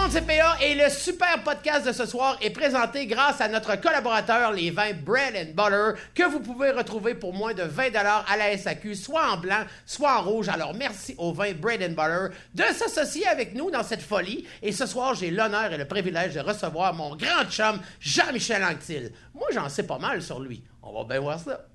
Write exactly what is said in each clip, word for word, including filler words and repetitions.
monde, c'est P A et le super podcast de ce soir est présenté grâce à notre collaborateur, les vins Bread and Butter, que vous pouvez retrouver pour moins de vingt dollars à la S A Q, soit en blanc, soit en rouge. Alors merci aux vins Bread and Butter de s'associer avec nous dans cette folie. Et ce soir, j'ai l'honneur et le privilège de recevoir mon grand chum, Jean-Michel Anctil. Moi, j'en sais pas mal sur lui. On va bien voir ça.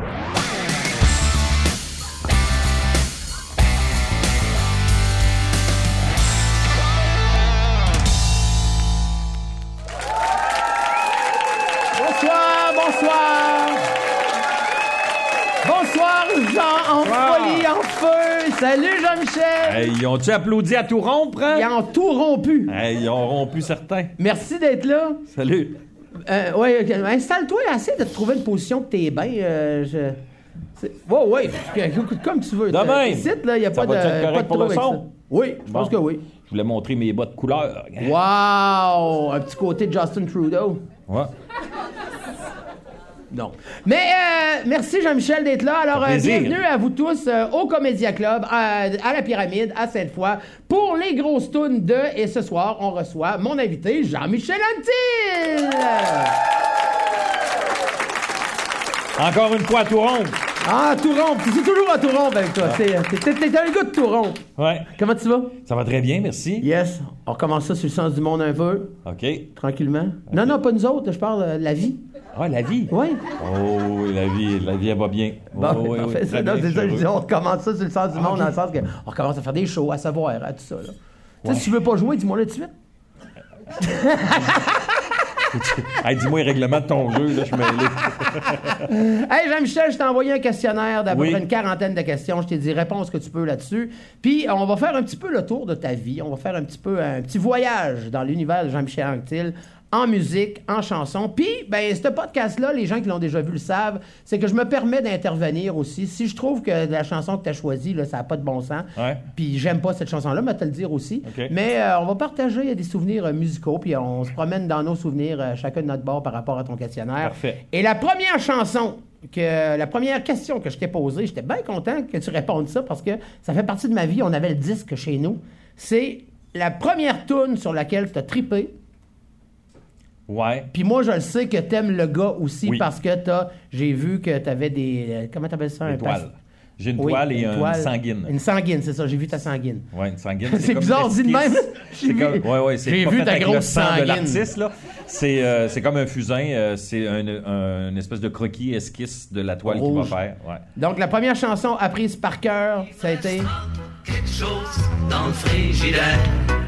Bonsoir, bonsoir. Bonsoir, Jean, en wow. folie, en feu. Salut, Jean-Michel. Hey, ils ont-tu applaudi à tout rompre, hein? Ils ont tout rompu. Hey, ils ont rompu certains. Merci d'être là. Salut. Euh, ouais, okay. Installe-toi, essaie de te trouver une position que t'es bien. Euh, je... Ouais, ouais, comme tu veux. Demain. Ici, là, il n'y a pas de, pas de pour le son? Ça. Oui, je bon. pense que oui. Je voulais montrer mes bas de couleur. Wow! Un petit côté de Justin Trudeau. Ouais. Non. Mais euh, merci Jean-Michel d'être là. Alors, euh, bienvenue à vous tous euh, au Comédia Club, à, à la Pyramide, à Sainte-Foy, pour les grosses tunes de... Et ce soir, on reçoit mon invité, Jean-Michel Anctil! Encore une fois à tout rond. Ah, tout rond. C'est toujours à tout rond avec toi. T'es, t'es, t'es un gars de tout rond. Ouais. Comment tu vas? Ça va très bien, merci. Yes. On recommence ça sur le sens du monde un peu. OK. Tranquillement. Okay. Non, non, pas nous autres. Je parle de la vie. Ah, la vie? Oui. Oh, la vie, la vie, elle va bien. Bon, oh, oui, oui, oui, ça, non, c'est ça, je dis, on recommence ça sur le sens du ah, monde, okay. dans le sens qu'on recommence à faire des shows, à savoir, à tout ça. Là. Ouais. Si tu veux pas jouer, dis-moi là tout de suite. Hey, dis-moi le règlement de ton jeu, là, je suis mêlé. Hey, Jean-Michel, je t'ai envoyé un questionnaire d'à peu oui. près une quarantaine de questions. Je t'ai dit, réponds ce que tu peux là-dessus. Puis, on va faire un petit peu le tour de ta vie. On va faire un petit peu un petit voyage dans l'univers de Jean-Michel Anctil, en musique, en chanson. Puis, ben, ce podcast-là, les gens qui l'ont déjà vu le savent, c'est que je me permets d'intervenir aussi. Si je trouve que la chanson que tu as choisie, là, ça n'a pas de bon sens, ouais. puis j'aime pas cette chanson-là, mais te le dire aussi. Okay. Mais euh, on va partager des souvenirs euh, musicaux, puis on se promène dans nos souvenirs, euh, chacun de notre bord par rapport à ton questionnaire. Parfait. Et la première chanson, que la première question que je t'ai posée, j'étais bien content que tu répondes ça, parce que ça fait partie de ma vie. On avait le disque chez nous. C'est la première tune sur laquelle tu as trippé. Ouais. Puis moi, je le sais que t'aimes le gars aussi oui. parce que t'as, j'ai vu que t'avais des... Euh, comment t'appelles ça? Une un toile. passe... J'ai une oui, toile et une, une toile, sanguine. Une sanguine, c'est ça. J'ai vu ta sanguine. Ouais, une sanguine. C'est, c'est bizarre dit de même. C'est comme, ouais, ouais, c'est j'ai pas vu fait ta avec grosse le sang sanguine. de l'artiste, là. C'est, euh, c'est comme un fusain. Euh, c'est un, un, une espèce de croquis esquisse de la toile qu'il va faire. Ouais. Donc, la première chanson apprise par cœur, ça a été... Quelque chose dans le frigidaire.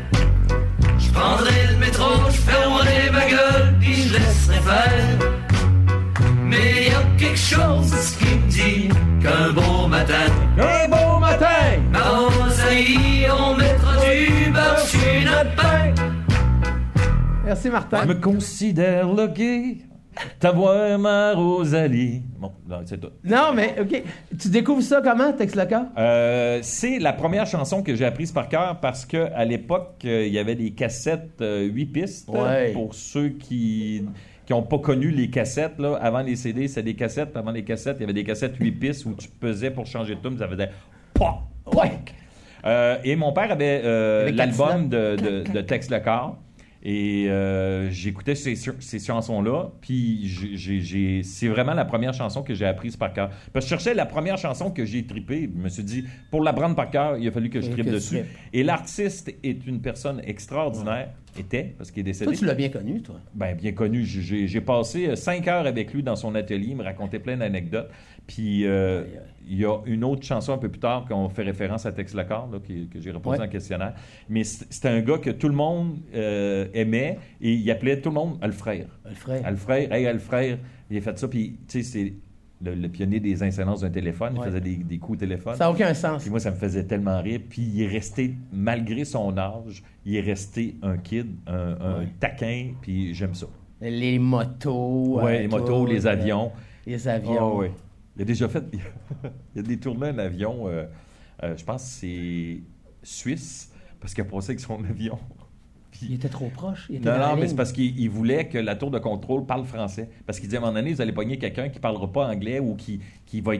Je prendrai le métro, je fermerai ma gueule, puis je laisserai faire. Mais y a quelque chose qui me dit qu'un beau matin, un beau matin, ma Rosalie, on mettra du beurre sur notre pain. Merci, Martin. Je me considère lucky d'avoir ma Rosalie. Bon, non, c'est tout. Non, mais, OK. Tu découvres ça comment, Tex Loca? Euh, c'est la première chanson que j'ai apprise par cœur parce qu'à l'époque, euh, il y avait des cassettes euh, huit pistes. Ouais. Pour ceux qui qui n'ont pas connu les cassettes. Là. Avant les C D, c'était des cassettes. Avant les cassettes, il y avait des cassettes huit pistes où tu pesais pour changer de tune. Ça faisait « pop! Ouais. Euh, et mon père avait euh, Avec l'album de, de, de Tex Lecor. Et euh, j'écoutais ces, ces chansons-là, puis j'ai, j'ai, j'ai, c'est vraiment la première chanson que j'ai apprise par cœur. Parce que je cherchais la première chanson que j'ai trippée. Je me suis dit, pour l'apprendre par cœur, il a fallu que je trippe dessus. Trippe. Et l'artiste est une personne extraordinaire. Ouais. Était, parce qu'il est décédé. Toi, tu l'as bien connu, toi? Bien, bien connu. J'ai, j'ai passé cinq heures avec lui dans son atelier. Il me racontait plein d'anecdotes. Puis, euh, il y a une autre chanson un peu plus tard qu'on fait référence à Tex Lecor, là, qui, que j'ai répondu ouais. en questionnaire. Mais c'était un gars que tout le monde euh, aimait et il appelait tout le monde Alfrère. Alfrère. Alfrère. Hey, Alfrère. Il a fait ça. Puis, tu sais, c'est... Le, le pionnier des incidences d'un téléphone, ouais. il faisait des, des coups au téléphone. Ça n'a aucun sens. Puis moi, ça me faisait tellement rire. Puis il est resté, malgré son âge, il est resté un kid, un, un ouais. taquin, puis j'aime ça. Les motos. Oui, euh, les motos, les avions. Les avions. Oh, oui. Il a déjà fait... il a détourné un avion, euh, euh, je pense que c'est Suisse, parce qu'il a passé avec son avion. Puis... Il était trop proche. Il était non, dans non, la mais c'est parce qu'il voulait que la tour de contrôle parle français. Parce qu'il disait, à un moment donné, vous allez pogner quelqu'un qui ne parlera pas anglais ou qui, qui va être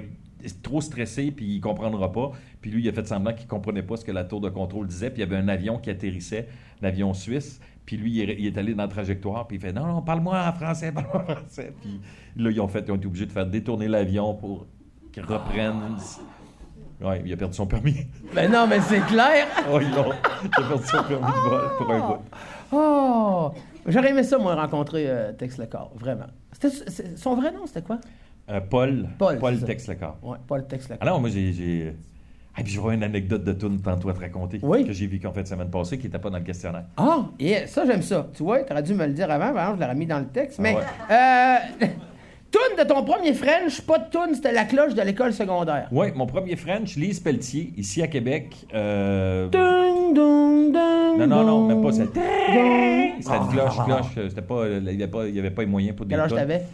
trop stressé, puis il comprendra pas. Puis lui, il a fait semblant qu'il comprenait pas ce que la tour de contrôle disait. Puis il y avait un avion qui atterrissait, l'avion suisse. Puis lui, il est, il est allé dans la trajectoire, puis il fait « Non, non, parle-moi en français, parle-moi en français. » Puis là, ils ont, fait, ils ont été obligés de faire détourner l'avion pour qu'il reprenne. Oui, il a perdu son permis. Ben non, mais c'est clair! Oui, non, il a perdu son permis de vol pour un bout. Oh! J'aurais aimé ça, moi, rencontrer euh, Tex Lecor, vraiment. C'était, c'est, son vrai nom, c'était quoi? Euh, Paul. Paul, Paul c'est Tex Lecor. Oui, Paul Tex Lecor. Ah non, moi, j'ai... j'ai... Ah, puis je vois une anecdote de toune tantôt à te raconter. Oui. Que j'ai vécu en fait la semaine passée, qui n'était pas dans le questionnaire. Ah, yeah, ça, j'aime ça. Tu vois, tu aurais dû me le dire avant, par exemple, je l'aurais mis dans le texte. Mais, Ah euh, toune de ton premier French, pas de toune, c'était la cloche de l'école secondaire. Oui, mon premier French, Lise Pelletier, ici à Québec. Euh... Dun, dun, dun, Non, non, non, dun, même pas. C'était dun. c'était une cloche, cloche. C'était pas, il n'y avait pas, il y avait pas les moyens pour des Quel âge tonnes. t'avais?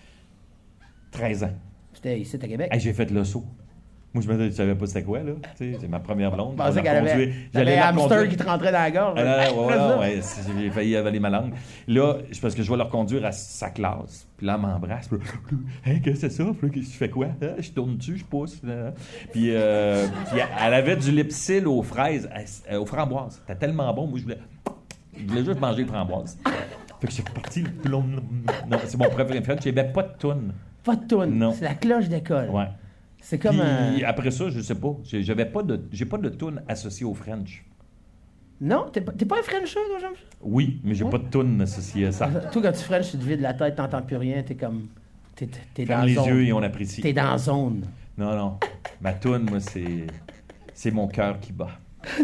treize ans. C'était ici à Québec. Hey, j'ai fait le saut. Moi, je me savais pas c'était quoi, là. Tu sais, c'est ma première blonde. Je pensais Je qu'elle la avait, reconduire. t'avais J'allais un la hamster reconduire. qui te rentrait dans la gorge. Ah, Hey, ouais, fais ouais, ça. ouais, c'est- j'ai failli avaler ma langue. Là, c'est parce que je vais leur conduire à sa classe. Puis là, elle m'embrasse. Puis là, hey, qu'est-ce que c'est ça? Puis là, qu'est-ce que tu fais quoi? Ah, je tourne dessus, je pousse. Là. Puis, euh, puis elle avait du lipsil aux fraises, euh, aux framboises. C'était tellement bon. Moi, je voulais, je voulais juste manger les framboises. Fait que j'ai parti le plomb. Non, c'est mon préféré. J'avais pas de toune. Pas de toune. Non. C'est la cloche d'école. Ouais. C'est comme Puis, un... après ça, je sais pas. J'ai- J'avais pas de, j'ai pas de toune associée au French. Non? T'es pas, t'es pas un Frencheux, toi, Jean? Oui, mais j'ai Ouais. pas de toune associée à ça. Toi, quand tu French, tu te vides la tête, t'entends plus rien, t'es comme... T'es, t'es Ferme dans les zone. yeux et on apprécie. T'es dans zone. Non, non. Ma toune, moi, c'est, c'est mon cœur qui bat.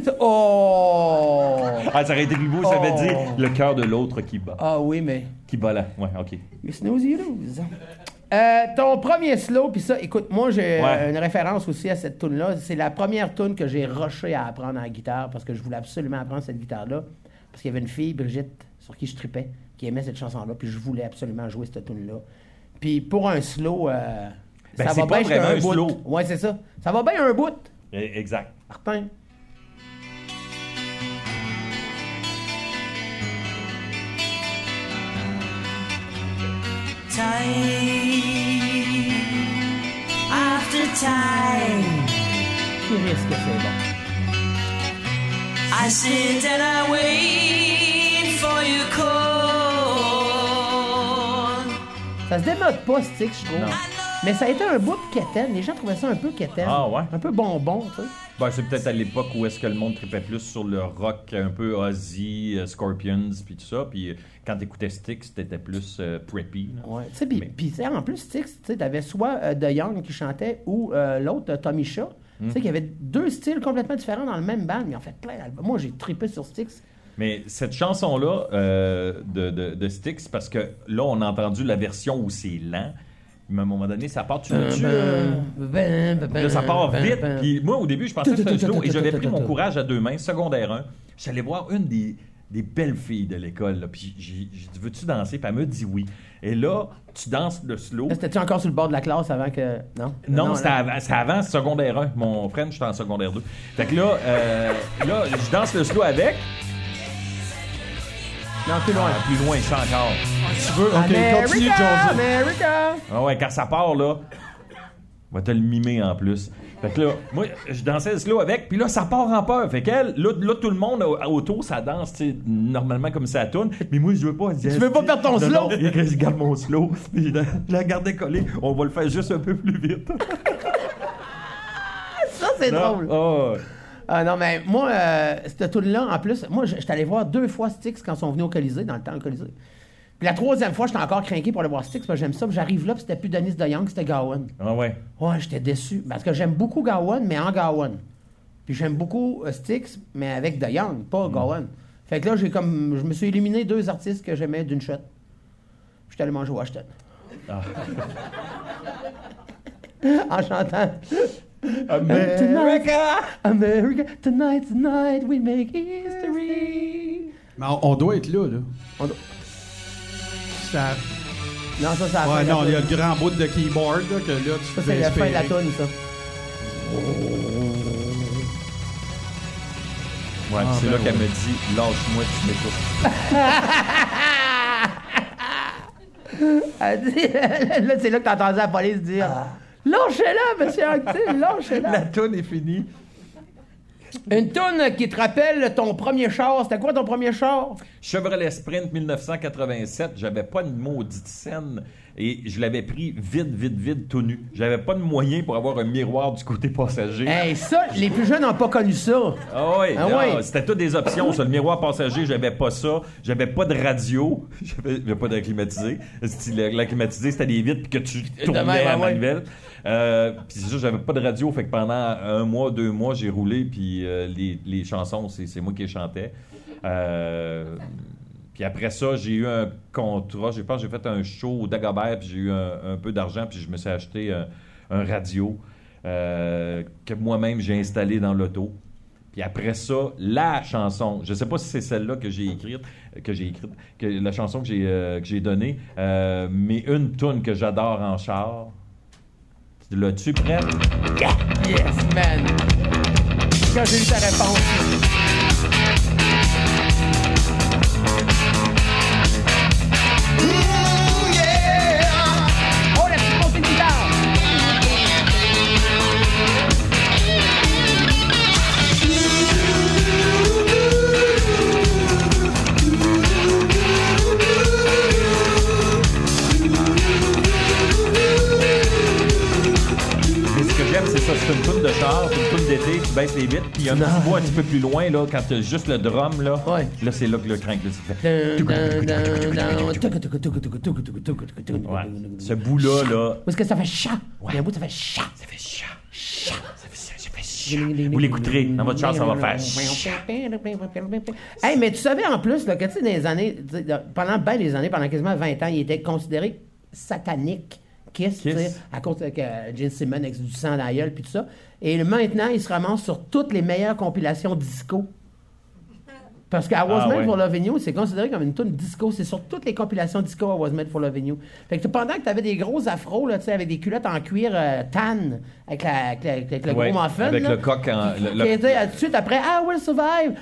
Oh! Ah, ça aurait été plus beau, ça veut Oh. dire le cœur de l'autre qui bat. Ah oui, mais... Qui bat là. Ouais, OK. You snooze, you lose. Euh, ton premier slow, puis ça, écoute, moi j'ai Ouais. euh, une référence aussi à cette tune-là. C'est la première tune que j'ai rushé à apprendre en guitare parce que je voulais absolument apprendre cette guitare-là. Parce qu'il y avait une fille, Brigitte, sur qui je tripais, qui aimait cette chanson-là, puis je voulais absolument jouer cette tune-là. Puis pour un slow, euh, Ben, ça c'est va pas bien jusqu'à vraiment un un bout. slow. Ouais, c'est ça. Ça va bien un bout, Eh, Exact. Martin. Time after time, Qui risque que c'est bon? I sit and I wait for your call. Ça se démode pas, Styx, je trouve. Non. Mais ça a été un bout de quétaine. Les gens trouvaient ça un peu quétaine. Ah ouais? Un peu bonbon, tu sais. Ben, c'est peut-être à l'époque où est-ce que le monde tripait plus sur le rock un peu Ozzy, euh, Scorpions, puis tout ça. Puis euh, quand t'écoutais Styx, t'étais plus euh, preppy. Là. Ouais. Tu sais, puis, Mais- puis, tu sais, en plus, Styx, tu sais, t'avais soit euh, De Young qui chantait ou euh, l'autre, euh, Tommy Shaw. Tu sais, qu'il y avait deux styles complètement différents dans le même band, mais en fait plein d'albums. Moi, j'ai trippé sur Styx. Mais cette chanson-là euh, de, de, de Styx, parce que là, on a entendu la version où c'est lent. Mais à un moment donné, ça part, tu Ben, l'as-tu, euh, Là, ça part vite. Puis moi, au début, je pensais que c'était un slow et j'avais pris mon courage à deux mains, secondaire un. J'allais voir une des, des belles filles de l'école. Là, puis j'ai j'ai dit, veux-tu danser? Puis elle me dit oui. Et là, tu danses le slow. Là, C'était-tu encore sur le bord de la classe avant que. Non? Non, c'était là. avant, c'était avant secondaire un. Mon frère, j'étais en secondaire deux. Fait que là, euh, là, je danse le slow avec. Non, plus loin. Ah, plus loin, ça encore. Tu veux? OK, continue, America! Josie. America! Ah ouais, quand ça part, là, on va te le mimer en plus. Fait que là, moi, je dansais le slow avec, puis là, ça part en peur. Fait qu'elle, là, là, tout le monde au- autour, ça danse, tu sais, normalement comme ça tourne. Mais moi, je veux pas. Tu veux pas perdre ton slow? Je garde mon slow. Puis je la, je la gardais collée. On va le faire juste un peu plus vite. Ça, c'est drôle. Oh. Ah non, mais moi, euh, cette tune-là, en plus, moi, je- j'étais allé voir deux fois Styx quand ils sont venus au Colisée, dans le temps, le Colisée. Puis la troisième fois, j'étais encore craqué pour aller voir Styx, parce que j'aime ça. Puis j'arrive là, puis c'était plus Dennis DeYoung, c'était Gowan. Ah ouais. Ouais, j'étais déçu. Parce que j'aime beaucoup Gowan, mais en Gowan. Puis j'aime beaucoup euh, Styx, mais avec DeYoung, pas Gowan. Fait que là, j'ai comme. Je me suis éliminé deux artistes que j'aimais d'une shot. J'étais allé manger au Washington. Ah. En chantant. America! America, tonight, tonight, we make history. Mais on, on doit être là, là. On doit- Ça... Non, ça, c'est la fin Ouais, de la non, il y a toune. le grand bout de keyboard, là, que là, tu Ça, peux c'est la fin de la espérer. toune, ça. Ouais, Ah, c'est ben là qu'elle ouais. me dit, lâche-moi, tu m'écoutes. Elle dit- là, c'est là que t'as entendu la police dire Lâchez-la, monsieur Anctil, lâchez-la. La toune est finie. Une toune qui te rappelle ton premier char. C'était quoi ton premier char? Chevrolet Sprint dix-neuf cent quatre-vingt-sept, j'avais pas une maudite scène et je l'avais pris vide, vide, vide, tout nu. J'avais pas de moyen pour avoir un miroir du côté passager. Hey, ça, les plus jeunes n'ont pas connu ça. Ah oui, Ah non, oui. c'était toutes des options. Ça. Le miroir passager, j'avais pas ça. J'avais pas de radio. J'avais, j'avais pas de climatisé. La climatisé, c'était des vitres que tu tournais même, à ah ouais. manivelle. Euh, puis c'est ça, j'avais pas de radio. Fait que pendant un mois, deux mois, j'ai roulé. Puis euh, les, les chansons, c'est, c'est moi qui les chantais. Euh, puis après ça, j'ai eu un contrat. Je pense que j'ai fait un show au Dagobert. Puis j'ai eu un, un peu d'argent. Puis je me suis acheté un, un radio euh, que moi-même j'ai installé dans l'auto. Puis après ça, la chanson, je sais pas si c'est celle-là que j'ai écrite, que j'ai écrite, que la chanson que j'ai euh, que j'ai donnée, euh, mais une toune que j'adore en char. L'as-tu prête? Yeah! Yes, man! Quand j'ai eu ta réponse. Ooh, yeah! Oh, la petite montée de guitare! J'aime, c'est ça, c'est une toune de char, c'est une toune d'été, tu baisses les vitres, puis il y a un petit bois un petit peu plus loin, là, quand t'as juste le drum, là, Ouais. là, c'est là que le crank, là, ça fait... Dun, dun, dun, dun. Ouais. Ce bout-là, là... Où est-ce que ça fait chat? Il y a un bout, ça fait chat. Ça fait chat, chat, ça fait ça, ça fait chat. Vous l'écouterez, dans votre char, ça va faire chat. Hey, mais tu savais en plus là, que tu sais, dans les années, pendant ben les années, pendant quasiment vingt ans, il était considéré satanique. Kiss, Kiss. tu sais, à cause que Gene Simmons avec du sang dans la gueule puis tout ça. Et maintenant, il se ramasse sur toutes les meilleures compilations disco. Parce qu'à Was Ah, Made ouais. for Loving You, c'est considéré comme une tune disco. C'est sur toutes les compilations disco à Was Made for Loving You. Fait que pendant que tu avais des gros afros, là, tu sais, avec des culottes en cuir euh, tan, avec, la, avec, la- avec le Ouais, gros muffin. avec là, le coq en... le- qui le- était euh, tout de suite après I Will Survive.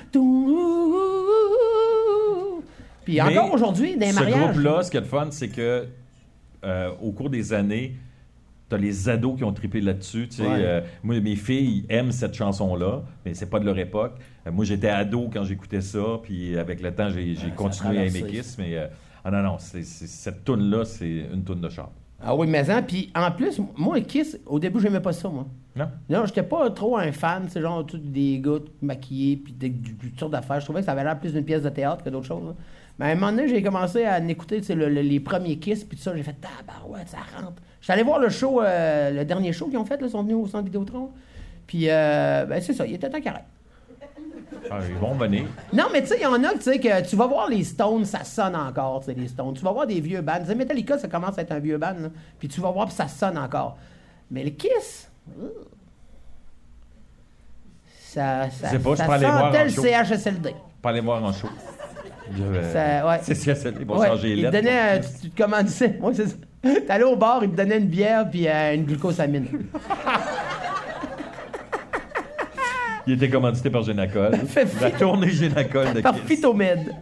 Puis Mais encore aujourd'hui, dans les ce mariages. groupe-là, ce qui est le fun, c'est que euh, au cours des années, t'as les ados qui ont trippé là-dessus. Tu sais, Ouais. euh, moi, mes filles aiment cette chanson-là, mais c'est pas de leur époque. Euh, moi, j'étais ado quand j'écoutais ça, puis avec le temps, j'ai, j'ai Ouais, continué ça a à aimer traversé. Kiss, mais euh, ah non, non, c'est, c'est- cette toune-là, c'est une toune de char. Ah oui, mais hein, puis en plus, moi, Kiss, au début, j'aimais pas ça, moi. Non? Non, j'étais pas trop un fan, c'est genre tous des gars maquillés puis des, du, du toutes d'affaires. Je trouvais que ça avait l'air plus d'une pièce de théâtre que d'autres choses. Là. Mais à un moment donné, j'ai commencé à en écouter tu sais, le- le- les premiers Kiss puis tout ça. J'ai fait tabarouette, ça rentre. J'étais allé voir le show, euh, le dernier show qu'ils ont fait, là, ils sont venus au centre Vidéotron. Puis, euh, ben c'est ça, il était temps carré. Ah, ils vont venir. Non, mais tu sais, il y en a, tu sais, que tu vas voir les Stones, ça sonne encore, tu sais, les Stones. Tu vas voir des vieux bands. Tu sais, Metallica, ça commence à être un vieux band, là. Puis tu vas voir, puis ça sonne encore. Mais le Kiss, euh, ça, ça, Je sais pas, je ça peux aller voir sentait en le show. C H S L D. Pas aller voir en show. Je, euh, Ça- ouais. C'est ça, c'est- ils vont Ouais, changer les il te lettres. donnait, euh, tu, tu te commandissais. Ouais, c'est ça. T'allais au bar, il te donnait une bière puis euh, une glucosamine. Il était commandité par Génacol. Fait La tournée Génacol de Par Kiss. Phytomède.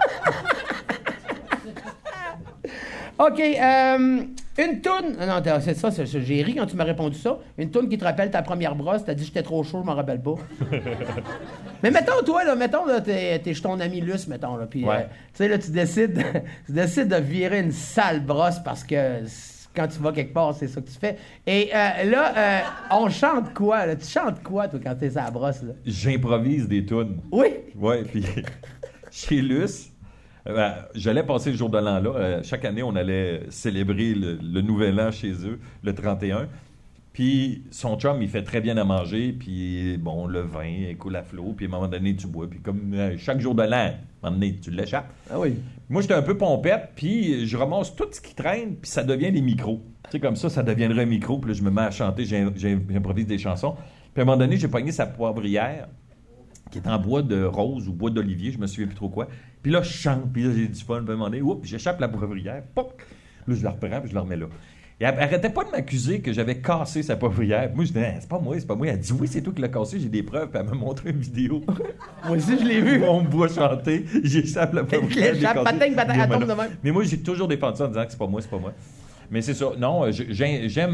OK, euh, une toune. Non, t'as- c'est ça, c'est, c'est- j'ai ri quand tu m'as répondu ça. Une toune qui te rappelle ta première brosse. T'as dit j'étais trop chaud, je m'en rappelle pas. Mais mettons, toi, là, mettons, là, t'es, t'es chez ton ami Luce, mettons, là. Puis, Ouais. euh, tu sais, là, tu décides, tu décides de virer une sale brosse parce que c- quand tu vas quelque part, c'est ça que tu fais. Et euh, là, euh, on chante quoi, là? Tu chantes quoi, toi, quand t'es sur la brosse, là? J'improvise des tunes. Oui? Ouais, puis chez Luce, euh, ben, j'allais passer le jour de l'an là. Euh, chaque année, on allait célébrer le, le nouvel an chez eux, le trente et un. Puis son chum, il fait très bien à manger, puis bon, le vin, il coule à flot, puis à un moment donné, tu bois. Puis comme euh, chaque jour de l'an, à un moment donné, tu l'échappes. Ah oui. Moi, j'étais un peu pompette, puis je ramasse tout ce qui traîne, puis ça devient des micros. Tu sais, comme ça, ça deviendrait un micro, puis là, je me mets à chanter, j'ai- j'ai- j'improvise des chansons. Puis à un moment donné, j'ai pogné sa poivrière, qui est en bois de rose ou bois d'olivier, je me souviens plus trop quoi. Puis là, je chante, puis là, j'ai du fun, puis à un moment donné, oups, j'échappe la poivrière, pop! Là, je la reprends, puis je la remets là. Et elle arrêtait pas de m'accuser que j'avais cassé sa poivrière. Moi, je disais, c'est pas moi, c'est pas moi. Elle dit, oui, c'est toi qui l'as cassé, j'ai des preuves, puis elle m'a montré une vidéo. Moi aussi, je l'ai vu. On me voit chanter, j'échappe la poivrière. l'échappe, j'ai cassé. patin, patin, elle Mais tombe non. de même. Mais moi, j'ai toujours défendu ça en disant que c'est pas moi, c'est pas moi. Mais c'est ça. Non, euh, j'ai- j'aime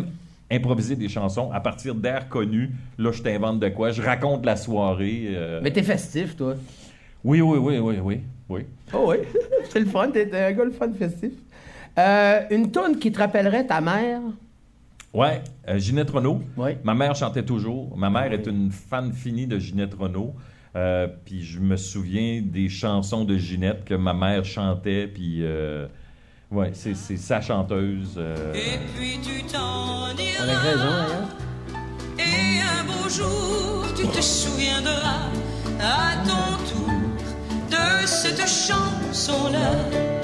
improviser des chansons à partir d'airs connus. Là, je t'invente de quoi. Je raconte la soirée. Euh... Mais t'es festif, toi. Oui, oui, oui, oui, oui. oui. Oh oui, c'est le fun. T'es un gars le fun festif. Euh, une toune qui te rappellerait ta mère? Ouais, euh, Ginette Renault. Oui. Ma mère chantait toujours. Ma mère Oui. est une fan finie de Ginette Renault. Euh, puis je me souviens des chansons de Ginette que ma mère chantait. Puis, euh, ouais, c'est, c'est sa chanteuse. Euh... Et puis tu t'en iras. Avec raison, d'ailleurs. Et un beau jour, tu te souviendras à ton tour de cette chanson-là.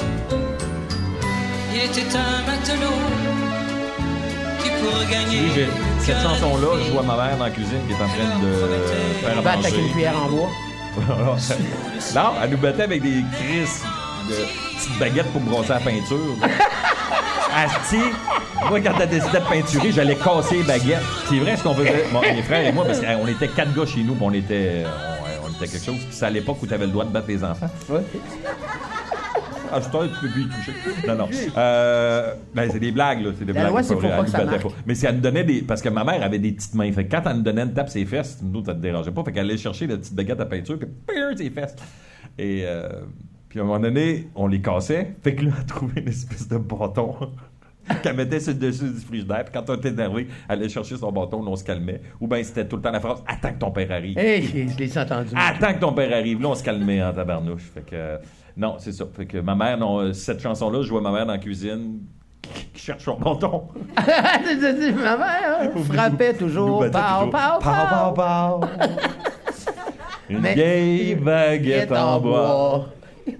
Il était un matelot qui, pour gagner. Oui, j'ai- cette chanson-là, je vois ma mère dans la cuisine qui est en train de faire à Battre avec manger. une cuillère en bois. Non, elle nous battait avec des crises de petites baguettes pour brosser la peinture. Asti, moi, quand elle décidait de peinturer, j'allais casser les baguettes. C'est vrai ce qu'on faisait, moi, mes frères et moi, parce qu'on était quatre gars chez nous, puis on était, on, on était quelque chose. Puis c'est à l'époque où tu avais le droit de battre les enfants. Ouais. Ah, je tu peux plus y toucher. Non, non. Euh, ben, c'est des blagues, là. C'est des La blagues. loi, c'est vrai. pour pas Elle que nous ça battait marque. pas. Mais si elle nous donnait des. Parce que ma mère avait des petites mains. Fait que quand elle nous donnait une tape ses fesses, nous, ça te dérangeait pas. Fait qu'elle allait chercher la petite baguette à peinture, puis pire, ses fesses. Et. Euh, puis à un moment donné, on les cassait. Fait que là, elle trouvait une espèce de bâton qu'elle mettait sur le dessus du frigidaire. Puis quand on était énervé, elle allait chercher son bâton, on se calmait. Ou bien c'était tout le temps la phrase: attends que ton père arrive. Hey, je l'ai entendu. Attends que ton père arrive. Là, on se calmait en tabarnouche. Fait que, euh, non, c'est ça. Fait que ma mère, non, euh, cette chanson-là, je vois ma mère dans la cuisine qui, qui cherche son bâton. C'est- c'est- c'est- Ma mère hein, frappait toujours. Nous battait Pow, toujours. pow, Pow, pow. pow, pow. Une Mais- vieille baguette en bois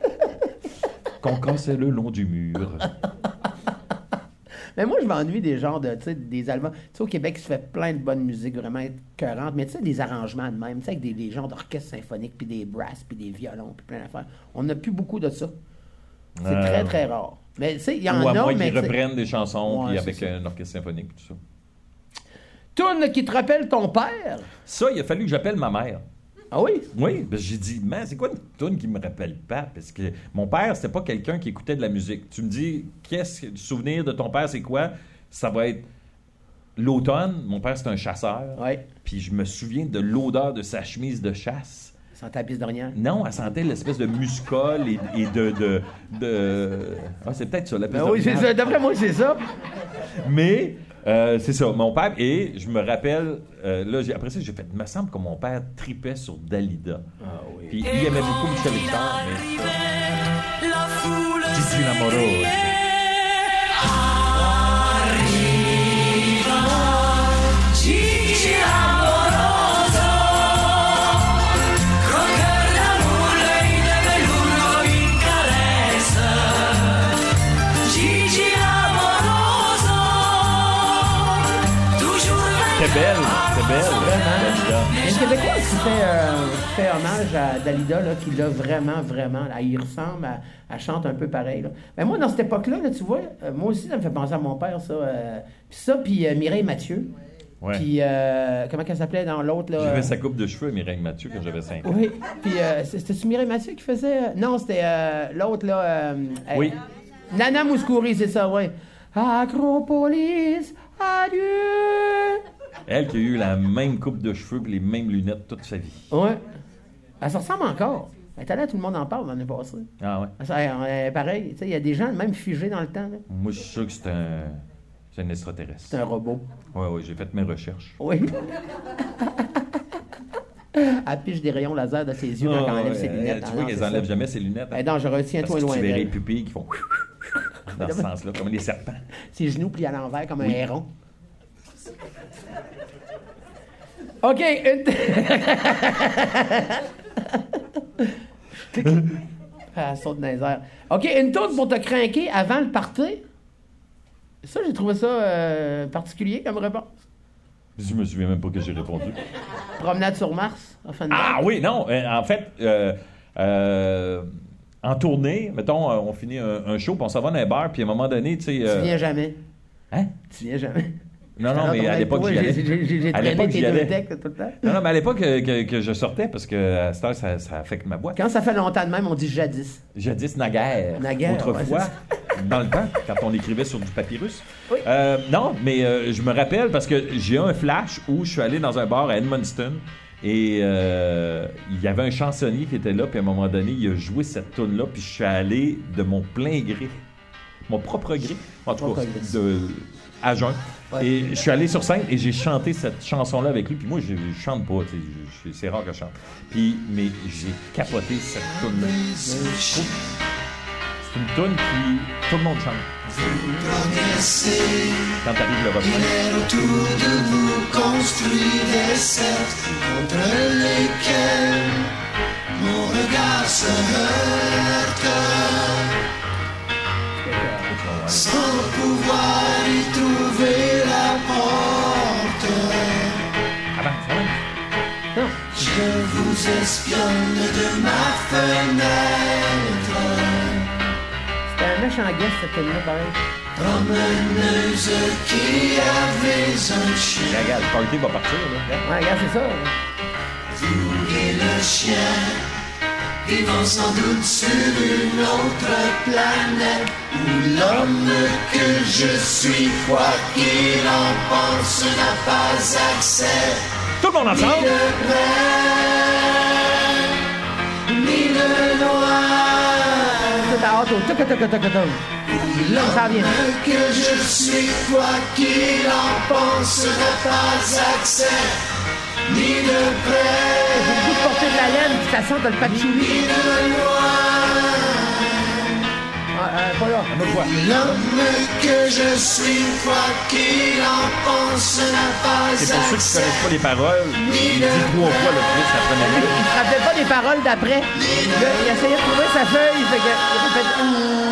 qu'on cassait le long du mur. Mais moi, je m'ennuie des genres de, tu sais, des Allemands. Tu sais, au Québec, il se fait plein de bonne musique vraiment écœurante, mais tu sais, des arrangements de même, tu sais, avec des, des genres d'orchestre symphonique, puis des brasses, puis des violons, puis plein d'affaires. On n'a plus beaucoup de ça. C'est Euh, très, très rare. Mais tu sais, il y en Ou à a, moins mais qu'ils tu sais- reprennent des chansons Ouais, puis c'est avec ça. un orchestre symphonique tout ça. Toune qui te rappelle ton père. Ça, il a fallu que j'appelle ma mère. Ah oui? Oui, parce que j'ai dit, man, c'est quoi une toune qui me rappelle pas? Parce que mon père, c'était pas quelqu'un qui écoutait de la musique. Tu me dis, qu'est-ce que le souvenir de ton père, c'est quoi? Ça va être l'automne. Mon père, c'est un chasseur. Oui. Puis je me souviens de l'odeur de sa chemise de chasse. Sans ta piste dernière. Non, elle sentait l'espèce de muscol et, et de, de, de... Ah, c'est peut-être ça, la piste Ben oui, c'est d'orignal. ça. D'après moi, c'est ça. Mais euh, c'est ça, mon père, et je me rappelle, euh, là, j'ai- après ça, j'ai fait, il me semble que mon père tripait sur Dalida. Ah oui. Puis il aimait beaucoup Michel Richard, mais La foule Gigi Lamoroso. Gigi amoroso, croqueur d'amour, l'œil de velours, une caresse. Gigi amoroso, toujours C'était belle, c'était belle. Vraiment. Dalida. Il y a une Québécoise qui fait, euh, qui fait hommage à Dalida, là, qui l'a vraiment, vraiment. Là, il ressemble, à- elle chante un peu pareil. Là. Mais moi, dans cette époque-là, là, tu vois, euh, moi aussi, ça me fait penser à mon père, ça. euh, puis ça, puis euh, Mireille Mathieu. Ouais. Puis, euh, comment qu'elle s'appelait dans l'autre, là? J'avais euh, sa coupe de cheveux à Mireille Mathieu quand j'avais cinq ans. Oui, puis euh, c'est- c'était-tu Mireille Mathieu qui faisait... euh, Non, c'était euh, l'autre, là... euh, euh, Oui. Nana Mouskouri, c'est ça, oui. Acropolis, adieu! Elle qui a eu la même coupe de cheveux et les mêmes lunettes toute sa vie. Ouais. Elle se ressemble encore. Elle est allée, tout le monde en parle l'année passée. Ah ouais. Ça, elle- elle- pareil, tu sais, il y a des gens même figés dans le temps. là. Moi, je suis sûr que c'est un, c'est un extraterrestre. C'est un robot. Oui, oui, j'ai fait mes recherches. Oui. Elle piche des rayons laser de ses yeux quand Ah, elle enlève ouais, ses lunettes. Tu Ah vois non, qu'elles c'est enlèvent ça. jamais ses lunettes. Elle est dangereuse, Parce tiens-toi que loin tu verrais les d'elle. pupilles qui font dans ce sens-là, comme des serpents. Ses genoux pliés à l'envers comme un héron. OK, une... Elle saute dans les airs. OK, une tourne pour te craquer avant le party. Ça, j'ai trouvé ça euh, particulier comme réponse. Je me souviens même pas que j'ai répondu. Promenade sur Mars, enfin de Ah date. oui, non. euh, en fait, euh, euh, en tournée, mettons, euh, on finit un, un show, puis on s'en va dans un bar, puis à un moment donné, tu sais... Tu euh, viens jamais. Hein? Tu viens jamais. Non, non, Alors, mais ton à mec, l'époque, toi, j'y allais. J'ai, j'ai, j'ai, j'ai À traîné l'époque, tes j'y deux allais. decks tout le temps. Non, non, mais à l'époque euh, que, que je sortais, parce que à cette heure, ça, ça affecte ma boîte. Quand ça fait longtemps de même, on dit jadis. Jadis naguère. Naguère, Autrefois. ouais, dans le temps, quand on écrivait sur du papyrus. Oui. Euh, non, mais euh, je me rappelle parce que j'ai eu un flash où je suis allé dans un bar à Edmundston et euh, il y avait un chansonnier qui était là, puis à un moment donné, il a joué cette tune-là, puis je suis allé de mon plein gré, mon propre gré, en tout cas, de, à jeun. Ouais. Et je suis allé sur scène et j'ai chanté cette chanson-là avec lui. Puis moi, je, je chante pas, tu sais, c'est rare que je chante. Puis, mais j'ai capoté cette tune-là. C'est une tune qui tout le monde chante. Quand t'arrives le refrain. Autour de vous construire des cercles contre lesquels mon regard se heurte. Sans pouvoir y trouver la porte. Avance, avance. Je vous espionne de ma fenêtre. C'était un méchant guest, cette tune-là, pareil. Promeneuse qui avait un chien. Regarde, le party va partir, là. Ouais, regarde, c'est ça. Vous et le chien vivant sans doute sur une autre planète où l'homme que je suis, quoi qu'il en pense, n'a pas accès. Tout le monde ensemble. Ni le vrai, ni le noir. Tout à hâte au tuc, tuc, tuc, tuc, tuc. L'homme que je suis, quoi qu'il en pense, n'a pas accès. Ni le près, j'ai le goût de porter de la laine, puis ça sent le patchouli. ni le loin. Ah, euh, pas là. L'homme que je suis, quoi qu'il en pense, n'a pas C'est pour ceux qui accès. ne connaissent pas les paroles. Il dit trois fois le plus la première Il minute. se rappelait pas des paroles d'après. Là, il essayait de trouver sa feuille, fait que, il a fait...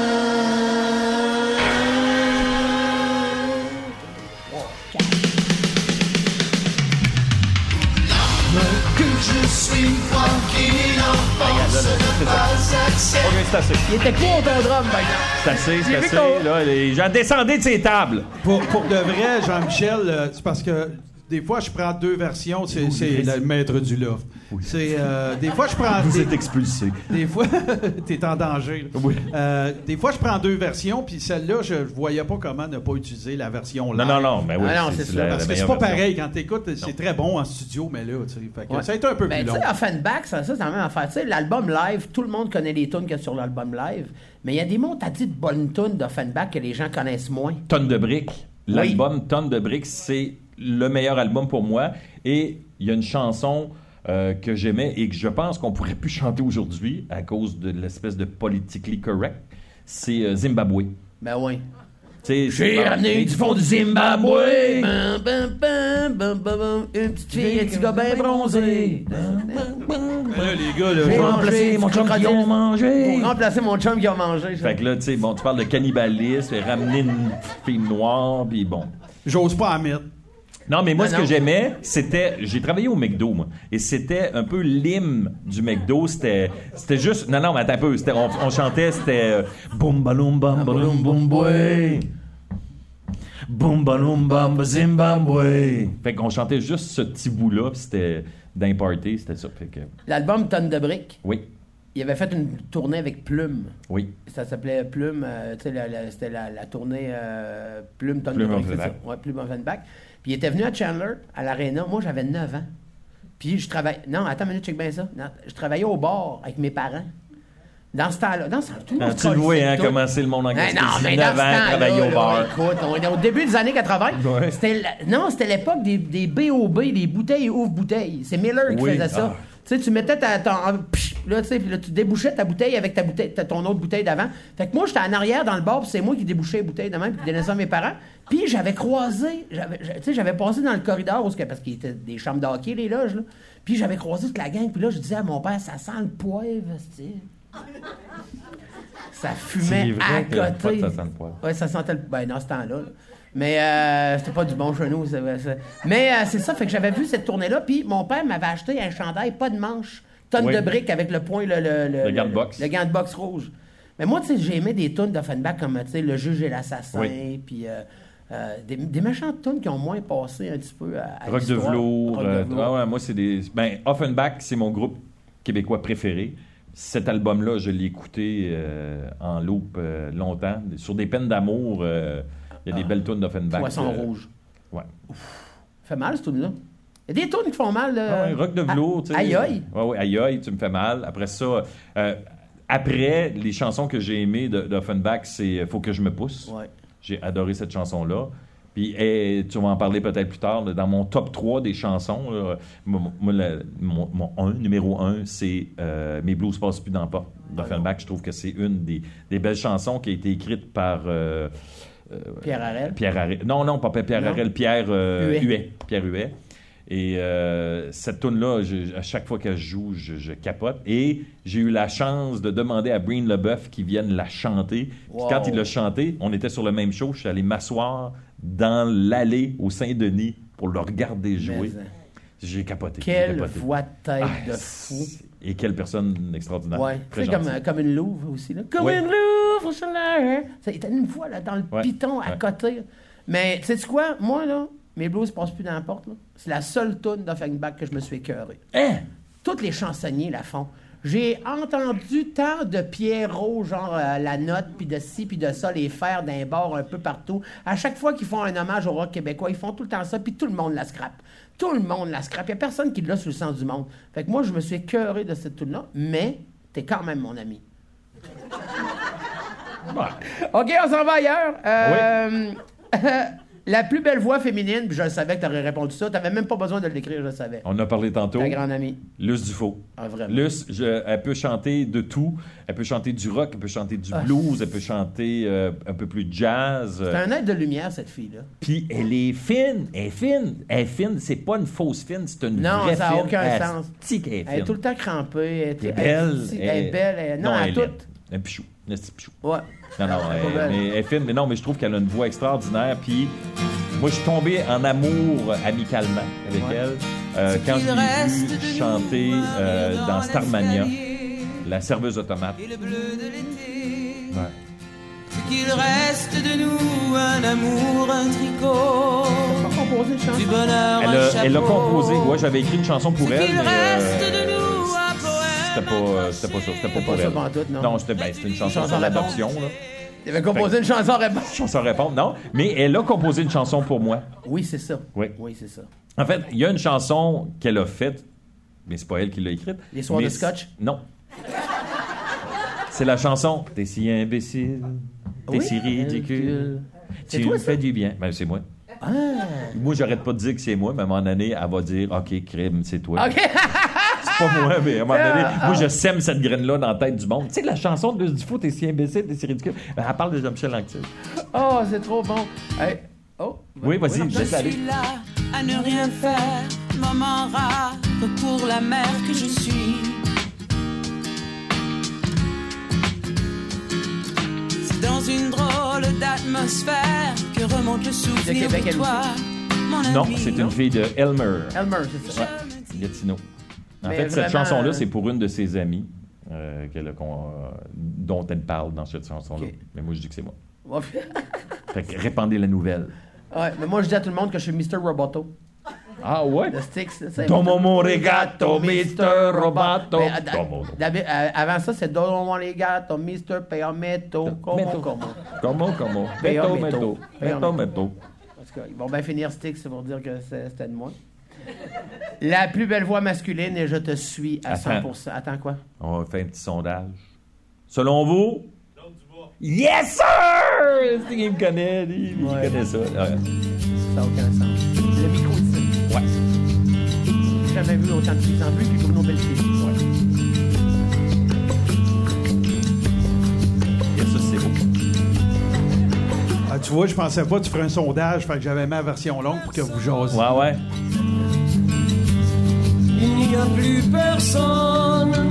Que je suis, quoi qu'il en pense, n'a pas accès. OK, c'est assez. Il était court ton drum, par exemple. C'est assez, c'est J'ai vu assez. qu'on- Là, les gens descendaient de ces tables. Pour, pour de vrai, Jean-Michel, euh, c'est parce que des fois, je prends deux versions. C'est, c'est le maître du loft. C'est, euh, des fois, je prends... Vous des, êtes expulsés. des fois, t'es en danger. là. Oui. Euh, des fois, je prends deux versions, puis celle-là, je voyais pas comment ne pas utiliser la version live. Non, non, non, mais oui. Ah non, c'est ça. la- Parce la que c'est meilleure pas version. pareil quand t'écoutes, c'est très bon en studio, mais là, tu sais, fait que Ouais. ça a été un peu Ben, plus tu long. sais, Offenbach, ça, ça c'est la même affaire. Tu sais, l'album live, tout le monde connaît les tunes qu'il y a sur l'album live, mais il y a des mots, t'as dit de bonnes tunes d'Offenbach que les gens connaissent moins. Tonne de briques. L'album Tonne de briques, c'est le meilleur album pour moi. Et il y a une chanson euh, que j'aimais et que je pense qu'on pourrait plus chanter aujourd'hui à cause de l'espèce de politically correct. C'est euh, Zimbabwe. Ben oui. Tu sais, J'ai c'est- ramené du fond du Zimbabwe. Bam, bam, bam, bam, bam, bam. Une petite fille, un petit gars bien bronzé. Mais là, les gars, là, J'ai Pour mangé remplacer mon du chum qui crocodile. a mangé. Pour remplacer mon chum qui a mangé. ça. Fait que là, tu sais, bon, tu parles de cannibalisme, et ramener une fille noire, puis bon. j'ose pas en mettre. Non, mais moi, Non, ce non. que j'aimais, c'était... J'ai travaillé au McDo, moi. Et c'était un peu l'hymne du McDo. C'était c'était juste... Non, non, mais attends un peu. C'était- On, on chantait, c'était... euh, Boum, baloum, bam, baloum, boum, boy. Boum, baloum, bam, Zimbabwe. Fait qu'on chantait juste ce petit bout-là, puis c'était... D'un party, c'était ça. Fait que... L'album Tonne de briques, Oui, il avait fait une tournée avec Plume. oui. Ça s'appelait Plume, euh, tu sais, la- la- c'était la, la tournée euh, Plume, Tonne Plume de briques, c'est Offenbach. ça. Ouais, Plume Offenbach. Puis il était venu à Chandler, à l'Arena. Moi, j'avais neuf ans. Puis je travaillais... Non, attends une minute, check bien ça. Non, je travaillais au bar avec mes parents. Dans ce temps-là... Dans ce... Tout le monde Ah, se tu le vois, colissait hein, tout. comment c'est le monde en Ben question. non, mais dans ce dix-neuf ans, temps-là, travailler au là, bar. écoute, on est au début des années quatre-vingts. Ouais. C'était la- Non, c'était l'époque des, des B O B, des bouteilles ouvre-bouteilles. C'est Miller qui Oui, faisait ça. ah. Tu sais, tu mettais ta... ta en- psh, là, tu sais, puis là, tu débouchais ta bouteille avec ta bouteille, ta- ton autre bouteille d'avant. Fait que moi, j'étais en arrière dans le bar, puis c'est moi qui débouchais les bouteilles de même, puis qui donnais ça à mes parents. Puis j'avais croisé... j'avais- Tu sais, j'avais passé dans le corridor, où, parce qu'il était des chambres de hockey, les loges, là. Puis j'avais croisé toute la gang, puis là, je disais à mon père, ça sent le poivre, tu sais. Ça fumait C'est à vrai que le pot, côté. ça sent le poivre. Ouais, ça sentait le... Ben, dans ce temps-là. là. Mais euh, c'était pas du bon chenou. Ça, ça. Mais euh, c'est ça, fait que j'avais vu cette tournée-là, puis mon père m'avait acheté un chandail, pas de manche, tonne Oui. de briques avec le point, le... Le, Le gant de boxe. Le gant de boxe rouge. Mais moi, tu sais, j'ai aimé des tunes d'Offenbach comme, tu sais, Le Juge et l'Assassin, Oui. puis... Euh, euh, des, des méchantes tunes qui ont moins passé un petit peu à, à Rock de l'histoire. velours. Rock de euh, velours. ah ouais, moi, c'est des. Ben, Offenbach, c'est mon groupe québécois préféré. cet album-là, je l'ai écouté euh, en loop euh, longtemps. Sur des peines d'amour, euh, il y a des Ah. belles tunes d'Offenbach. Poisson euh, rouge. Ouais. Ça fait mal, ce tune-là. Il y a des tunes qui font mal. Là. Ah ouais, rock de velours, tu sais. Aïe aïe. Ouais, ouais, aïe aïe, tu me fais mal. Après ça, euh, après, les chansons que j'ai aimées de- d'Offenbach, c'est Faut que je me pousse. Ouais. J'ai adoré cette chanson-là. Puis, eh, tu vas en parler peut-être plus tard, là, dans mon top trois des chansons, là, moi, moi, le- mon, mon un, numéro un, c'est euh, Mes blues passent plus dans la porte d'Offenbach. Je trouve que c'est une des, des belles chansons qui a été écrite par... euh, euh, Pierre Harel. Pierre Harel. Non, non, pas Pierre Non. Harel, Pierre euh, Huet. Huet. Pierre Huet. Et euh, cette tune-là, je- à chaque fois qu'elle joue, je, je capote. Et j'ai eu la chance de demander à Breen Leboeuf qu'il vienne la chanter. Puis Wow. quand il l'a chantée, on était sur le même show. Je suis allé m'asseoir dans l'allée au Saint-Denis pour le regarder jouer. Mais, hein. J'ai capoté. j'ai Quelle capoté. voix de tête Ah, de c'est- fou. Et quelle personne extraordinaire. Ouais. Très Tu sais, comme, gentille. comme une louve aussi. Là. Comme Ouais. une louve au soleil. Ça, il y a une voix là, dans le Ouais. piton à Ouais. côté. Mais tu sais quoi? Moi, là, mes blues passent plus dans la porte. Là. C'est la seule tune d'Offenbach que je me suis écœuré. Hein? Tous les chansonniers la font. J'ai entendu tant de Pierrot, genre euh, la note, puis de ci, puis de ça, les faire d'un bord un peu partout. À chaque fois qu'ils font un hommage au rock québécois, ils font tout le temps ça, puis tout le monde la scrape. Tout le monde la scrape. Il n'y a personne qui l'a sur le sens du monde. Fait que moi, je me suis écœuré de cette tune-là, mais t'es quand même mon ami. Ouais. OK, on s'en va ailleurs. Euh, la plus belle voix féminine, puis je le savais que t'aurais répondu ça. T'avais même pas besoin de l'écrire, je le savais. On en a parlé tantôt. Ta grande amie. Luce Dufault. Ah, vraiment. Luce, je- elle peut chanter de tout. Elle peut chanter du rock, elle peut chanter du Ah. blues, elle peut chanter euh, un peu plus de jazz. C'est un être de lumière, cette fille-là. Puis elle est fine, elle est fine, elle est fine. C'est pas une fausse fine, c'est une Non, vraie ça a fine. aucun Elle sens. asti qu'elle est Elle est fine. tout le temps crampée. Elle est, Elle est belle. Elle, elle est belle. Elle, non, elle elle a est tout. un pichou. Un petit pichou. Ouais. Non, non, Elle est elle, pas belle. mais elle est fine. Mais non, mais je trouve qu'elle a une voix extraordinaire. Puis moi, je suis tombé en amour amicalement avec Ouais. elle euh, quand je Il reste l'ai de vue nous chanter un euh, bleu dans Starmania, l'escalier la serveuse automate. et le bleu de l'été. Ouais. C'est qu'il reste de nous un amour, un tricot, Elle a composé une chanson. du bonheur, Elle un a, chapeau. elle a composé. Ouais, j'avais écrit une chanson pour C'est elle. qu'il mais, reste euh, de nous un poème. C'était pas, euh, c'était pas ça. C'était pas C'était pour pas ça elle. pantoute, non. Non, c'était ben, c'était une chanson chanson sur réponse. l'adoption. Là. Il avait composé une chanson à réponse. Chanson répondre, non. Mais elle a composé une chanson pour moi. Oui, c'est ça. Oui. Oui, c'est ça. En fait, il y a une chanson qu'elle a faite, mais c'est pas elle qui l'a écrite. Les soirs mais de scotch? c'est- Non. C'est la chanson « T'es si imbécile, t'es Oui, si ridicule, C'est tu toi, me ça? fais du bien. » Ben, c'est moi. Ah. Moi, j'arrête pas de dire que c'est moi, mais à un moment donné, elle va dire « OK, crime, c'est toi. OK. C'est pas moi, mais à un moment donné, Ah. moi, je sème cette graine-là dans la tête du monde. Tu sais, la chanson de Luce Dufault, « T'es si imbécile, t'es si ridicule. » Ben, elle parle de Jean-Michel Anctil. Oh, c'est trop bon. Hey. Oh. Oui, vas-y, Je laisse aller. suis là à ne rien faire, moment rare pour la mère que je suis. C'est dans une drôle d'atmosphère que remonte le souvenir Québec, de elle toi, mon ami. Non, c'est une fille de Elmer. Elmer, c'est ça. Gatineau. En Mais fait, cette vraiment, chanson-là, euh, c'est pour une de ses amies euh, qu'elle a- qu'on, euh, dont elle parle dans cette chanson-là. Ok. Mais moi, je dis que c'est moi. Ouais. Fait que répandez la nouvelle. Ouais, mais moi, je dis à tout le monde que je suis mister Roboto. Ah ouais? De Styx. tu sais. Domo mon regato, mister Roboto. Mais, euh, Domo. d'habi- euh, avant ça, c'est Domo mon regato, mister Peometto. Comment, Metto. comment. Comment, comment? Péo, Metto, metto. metto. Péo, Metto, metto. metto. Parce qu'ils vont bien finir Styx pour dire que c'est- c'était de moi. La plus belle voix masculine, et je te suis à cent pour cent. Attends, quoi? On va faire un petit sondage. Selon vous? Yes, sir! C'est qui me connaît, lui. Il Ouais. connaît ça. Ouais. Ça n'a aucun sens. Le micro ici. Ouais. J'ai jamais vu autant de puissance en plus que Bruno Pelletier. Ouais. Yes, ça, c'est beau. Ah, tu vois, je pensais pas que tu ferais un sondage, fait que j'avais ma version longue pour que vous jasiez. Ouais, ouais. Il n'y a plus personne.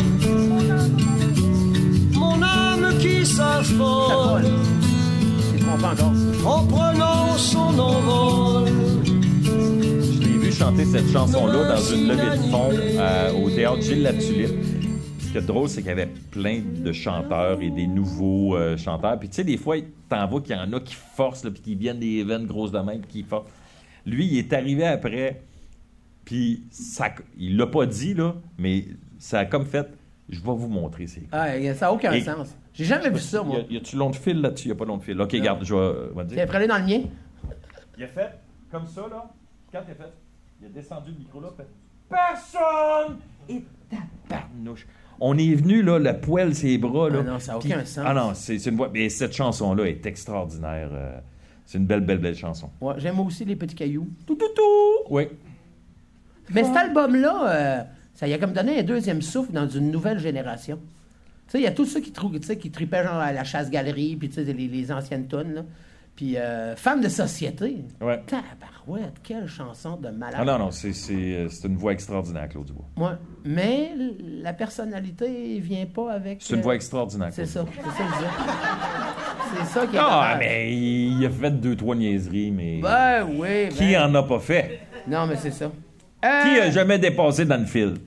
Mon âme qui Ça s'affole vole. C'est trompé encore. en prenant son envol. Je l'ai vu chanter cette chanson-là dans une levée de fonds euh, au théâtre Gilles Latulippe. Ce qui est drôle, c'est qu'il y avait plein de chanteurs et des nouveaux euh, chanteurs. Puis tu sais, des fois, t'en vois qu'il y en a qui forcent, là, puis qui viennent des veines grosses de même, puis qui forcent. Lui, il est arrivé après, puis ça, il l'a pas dit, là, mais ça a comme fait... Je vais vous montrer c'est quoi. Ah, ça n'a aucun Et- sens. J'ai jamais vu ça, moi. Y, a, y a-tu long de fil là-dessus? Il n'y a pas long de fil. OK, regarde, je vais, euh, je vais T'es dire. prêt aller dans le mien? Il a fait comme ça, là. Quand il a fait, il a descendu le micro là, fait personne! Et tabarnouche. On est venu, là, le poil, ses bras, là. Ah non, ça n'a aucun sens. Ah non, c'est, c'est une voix. Mais cette chanson-là est extraordinaire. euh, c'est une belle, belle, belle chanson. Ouais, j'aime aussi les petits cailloux. Tout, tout, tout! Oui. Mais cet album-là, euh, ça y a comme donné un deuxième souffle dans une nouvelle génération. Tu sais, il y a tous ceux qui, trou- tu sais, qui tripaient genre à la chasse-galerie, puis tu sais, les, les anciennes tunes, là. Puis euh, Femme de société. Ouais. Tabarouette, quelle chanson de malade. Ah non, non, c'est, c'est, euh, c'est une voix extraordinaire, Claude Dubois. Ouais. Mais l- la personnalité vient pas avec... C'est une euh, voix extraordinaire. C'est Claude ça, c'est ça que je disais. C'est ça qui est Ah, dommage. mais il, il a fait deux, trois niaiseries, mais. Ben oui, Qui ben- en a pas fait? Non, mais c'est ça. Qui Euh, a jamais dépassé dans le fil?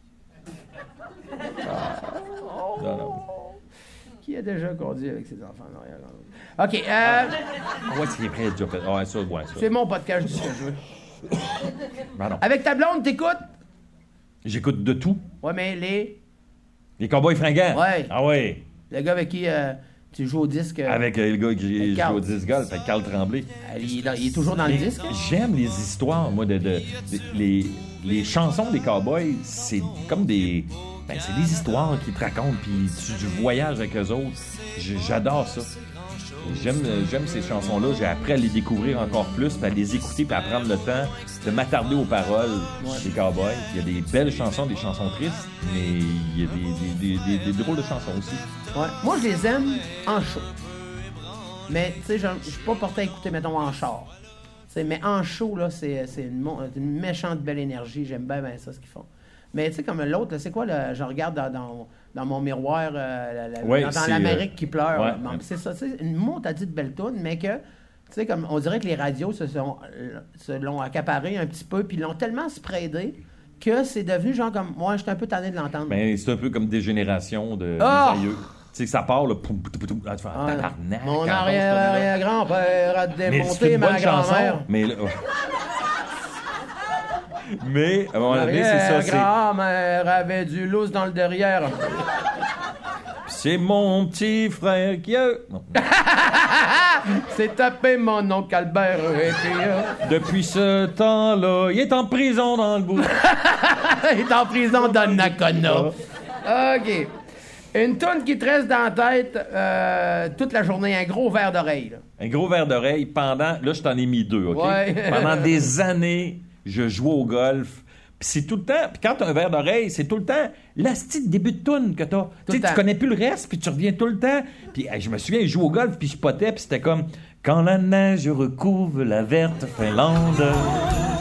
Non, non. Qui a déjà conduit avec ses enfants en arrière? OK, euh, Ah ouais, c'est vrai, il a déjà fait. Ah, ça, ouais, ça. c'est mon podcast, je dis ce que je veux. Pardon. Avec ta blonde, t'écoutes? J'écoute de tout. Ouais, mais les... Les Cowboys fringants. Ouais. Ah ouais. Le gars avec qui euh, tu joues au disque... euh, Avec euh, le gars qui Avec joue Carl. au disque golf, avec Carl Tremblay. euh, il, est dans- il est toujours dans le Mais disque. J'aime les histoires, moi, de. de- de- les, les chansons des Cowboys, c'est comme des. Ben, c'est des histoires qu'ils te racontent, puis tu, tu voyages avec eux autres. J- J'adore ça. J'aime, euh, j'aime ces chansons-là. J'ai appris à les découvrir encore plus, puis à les écouter, puis à prendre le temps de m'attarder aux paroles des Cowboys. Il y a des belles chansons, des chansons tristes, mais il y a des, des, des, des- des drôles de chansons aussi. Ouais. Moi, je les aime en show. Mais, tu sais, je je suis pas porté à écouter, mettons, en char. Tu sais, mais en show, là, c'est c'est une, mon- une méchante belle énergie. J'aime bien, bien ça, ce qu'ils font. Mais, tu sais, comme l'autre, là, c'est quoi, là, je regarde dans, dans, dans mon miroir, euh, la- la- Ouais, dans, dans c'est, l'Amérique euh, qui pleure. ouais, là. Bon, ouais. c'est ça, tu sais, une montadie de belles tunes, mais que, tu sais, comme on dirait que les radios se, sont, euh, se l'ont accaparé un petit peu, puis l'ont tellement spreadé que c'est devenu genre comme, moi, j'étais un peu tanné de l'entendre. Ben, c'est un peu comme des générations de Ah! des aïeux. Tu sais, que ça part, là, poum, poum, poum, poum, là, tu fais, Ouais. tabarnak, Mon quand on arrière-arrière-grand-père a Mais c'est démonté une ma bonne chanson, grand-mère. mais là- mais à un moment donné, c'est ça, c'est Arrière-grand-mère avait du lousse dans le derrière. c'est mon petit frère qui a non. C'est tapé mon oncle Albert. Et puis, euh, Depuis ce temps-là, il est en prison dans le bout. il est en prison dans Nakona. OK. Une toune qui te reste dans la tête euh, toute la journée, un gros verre d'oreille. là. Un gros verre d'oreille pendant là je t'en ai mis deux, OK? Ouais. Pendant des années, je jouais au golf. Puis c'est tout le temps, puis quand t'as un verre d'oreille, c'est tout le temps l'asti de début de toune que t'as. Tu sais, le temps. tu connais plus le reste, puis tu reviens tout le temps. Puis hey, je me souviens, je jouais au golf, puis je potais, puis c'était comme « Quand la neige recouvre la verte Finlande et... »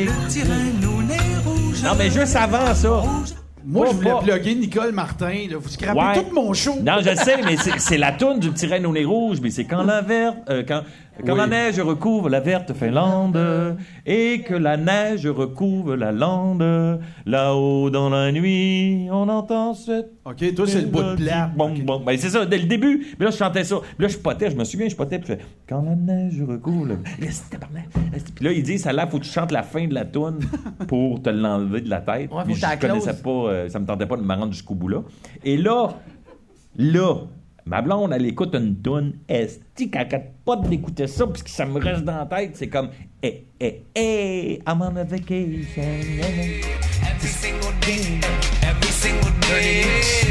Non, mais juste avant ça. Moi, Pas- je voulais pas- plugger Nicole Martin. Là. Vous scrapez Ouais. tout mon show. Non, je sais, mais c'est, c'est la toune du petit reine au nez rouge, mais c'est quand la verte, euh, quand, quand Oui. la neige recouvre la verte Finlande et que la neige recouvre la lande, là-haut dans la nuit, on entend cette... OK, toi, c'est le bout de plat. Bon, bon, ben c'est ça, dès le début. Mais là, je chantais ça. Puis là, je potais, je me souviens, je potais, puis je fais « Quand la neige recouvre... le- » Reste, tabarnak, reste. Puis là, il dit, ça là, faut que tu chantes la fin de la toune pour te l'enlever de la tête. Ouais, faut Puis que je t'as connaissais close. pas, euh, ça me tentait pas de me rendre jusqu'au bout là. Et là, là, ma blonde, elle écoute une toune, esti, qu'elle arrête pas d'écouter ça, puisque ça me reste dans la tête, c'est comme « Eh, eh, eh, I'm on a vacation. » Every single day, every single day.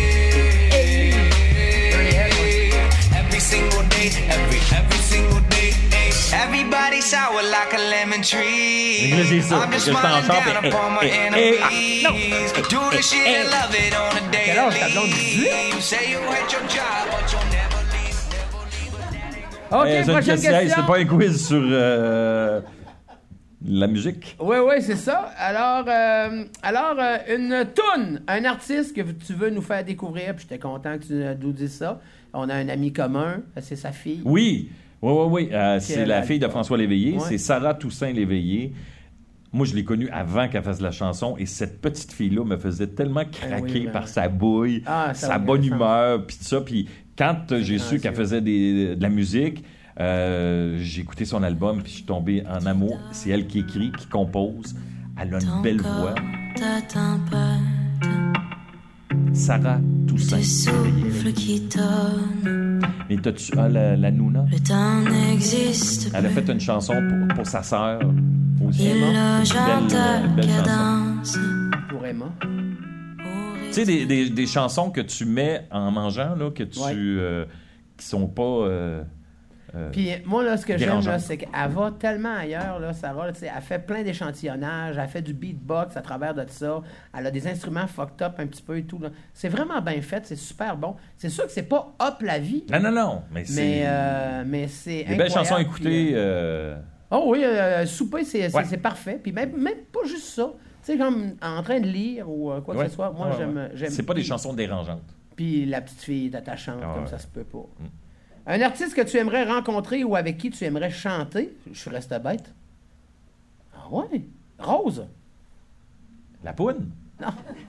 Every single day, every every single day. Everybody sour like a lemon tree. Là, j'ai ça, I'm just que je t'en smiling chante, down eh, upon my eh, eh, ah, enemies. non, Do eh, the shit eh. and love it on a Quel âge ta blonde? daily. dix-huit? You say you hate your job, but you'll never leave. OK, Eh, j'ai une prochaine question. Hey, question. c'est pas un quiz sur euh, la musique. Oui, oui, c'est ça. Alors, euh, alors euh, une toune, un artiste que tu veux nous faire découvrir, puis j'étais content que tu nous dises ça. On a un ami commun, c'est sa fille. Oui, oui, oui, oui. Euh, c'est Quelle la a- fille de François Léveillé. Ouais. C'est Sarah Toussaint Léveillé. Moi, je l'ai connue avant qu'elle fasse la chanson et cette petite fille-là me faisait tellement craquer oui, vraiment. par sa bouille, Ah, ça sa a bonne aucun sens. humeur, puis tout ça. Puis quand euh, j'ai su gracieux. qu'elle faisait des- de la musique, euh, j'ai écouté son album puis je suis tombé en amour. C'est elle qui écrit, qui compose. Elle a une belle voix. Ta tempête Sarah Toussaint. Le souffle qui tonne, Mais t'as-tu... Ah, la, la Nouna. le temps n'existe Elle a plus. fait une chanson pour, pour sa sœur aussi. Il Une chante belle, à une belle chanson. cadence. Pour Emma. Tu sais, des, des, des chansons que tu mets en mangeant, là, que tu... Ouais. euh, qui sont pas... euh, euh, Puis moi, là, ce que j'aime, dérangeante. là, c'est qu'elle va tellement ailleurs, là, Sarah. Là, tu sais, elle fait plein d'échantillonnages, elle fait du beatbox à travers de ça. Elle a des instruments fucked up un petit peu et tout. Là. C'est vraiment bien fait, c'est super bon. C'est sûr que c'est pas hop la vie, Non, non, non. Mais c'est... mais, euh, mais c'est des incroyable. belles chansons à Puis, écouter. euh, euh, Oh oui, euh, souper, c'est, c'est, Ouais. c'est parfait. Puis même, même pas juste ça. Tu sais, comme en train de lire ou euh, quoi ouais. que ce soit. Moi, Ouais, j'aime, ouais. j'aime. C'est pas des puis- chansons dérangeantes. Puis la petite fille est attachante, Ah, comme ouais. ça se peut pas. Un artiste que tu aimerais rencontrer ou avec qui tu aimerais chanter? Je reste bête. Ah ouais? Rose? La poune? Non.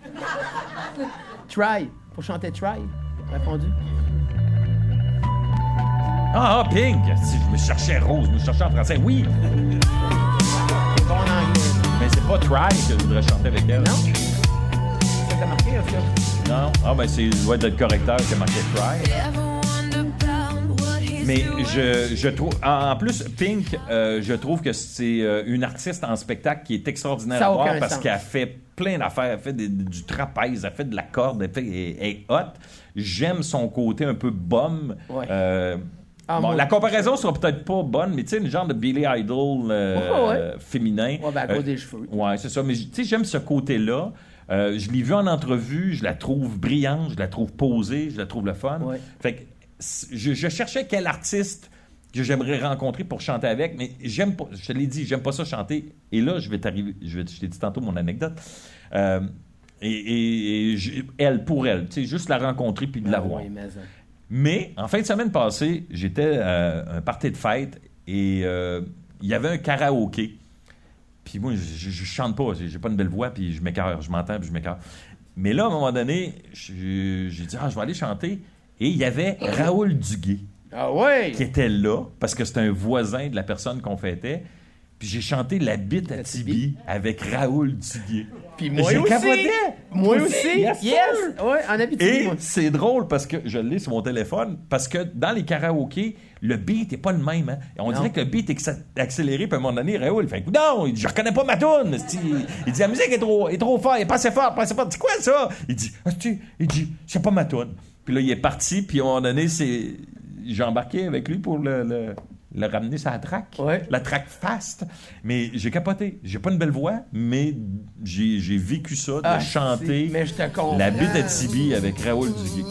Try. Pour chanter Try. Répondu. Ah, ah, Pink! Si je me cherchais Rose, je me cherchais en français, oui! C'est bon en anglais. Mais c'est pas Try que je voudrais chanter avec elle. Non? Ça t'a marqué, en tout cas? Non? Ah, ben c'est doit être le correcteur qui a marqué Try. Mais je, je trouve... En en plus, Pink, euh, je trouve que c'est euh, une artiste en spectacle qui est extraordinaire Ça a à voir aucun parce sens. qu'elle fait plein d'affaires. Elle fait des- du trapèze, elle fait de la corde, elle, fait, elle, elle est hot. J'aime son côté un peu bum. Ouais. Euh, Ah, bon, moi- la comparaison sera peut-être pas bonne, mais tu sais, une genre de Billy Idol euh, Ouais, ouais. euh, féminin. Ouais, ben à cause Euh, des cheveux. Ouais, c'est ça. Mais tu sais, j'aime ce côté-là. Euh, je l'ai vu en entrevue, je la trouve brillante, je la trouve posée, je la trouve le fun. Ouais. Fait que c- je, je cherchais quel artiste que j'aimerais rencontrer pour chanter avec, mais j'aime pas, je te l'ai dit, j'aime pas ça chanter. Et là, je vais t'arriver, je, vais, je t'ai dit tantôt mon anecdote. Euh, et et- et je- elle, pour elle, tu sais, juste la rencontrer puis de la Ah voir. ouais, mais ça. Mais en fin de semaine passée, j'étais à un party de fête et euh, il y avait un karaoké. Puis moi, je, je, je chante pas, j'ai, j'ai pas une belle voix, puis je m'écœure, je m'entends, puis je m'écœure. Mais là, à un moment donné, je- j'ai dit, ah, je vais aller chanter. Et il y avait Raoul Duguay Ah ouais! qui était là, parce que c'était un voisin de la personne qu'on fêtait. Puis j'ai chanté La bite à Tibi avec Raoul Duguay. Puis moi J'ai aussi! capoté. Moi Toi aussi! aussi? Yes! Yes, sir! Ouais, en Abitibi, Et moi. c'est drôle parce que je l'ai sur mon téléphone, parce que dans les karaokés, le beat n'est pas le même. Hein? On Non. dirait que le beat est exa- accéléré, puis à un moment donné, Raoul fait non, il dit, je reconnais pas ma toune. Il dit, la musique est trop, est trop forte, elle est pas assez forte, pas assez forte. C'est quoi ça? Il dit, Asti, il dit, c'est pas ma toune. Puis là, il est parti, puis à un moment donné, c'est... j'ai embarqué avec lui pour le, le, le ramener sur la track. Ouais. La track fast. Mais j'ai capoté. J'ai pas une belle voix, mais j'ai, j'ai vécu ça, de Ah, chanter si, mais je te comprends. La bite à Tibi avec Raoul Duguay.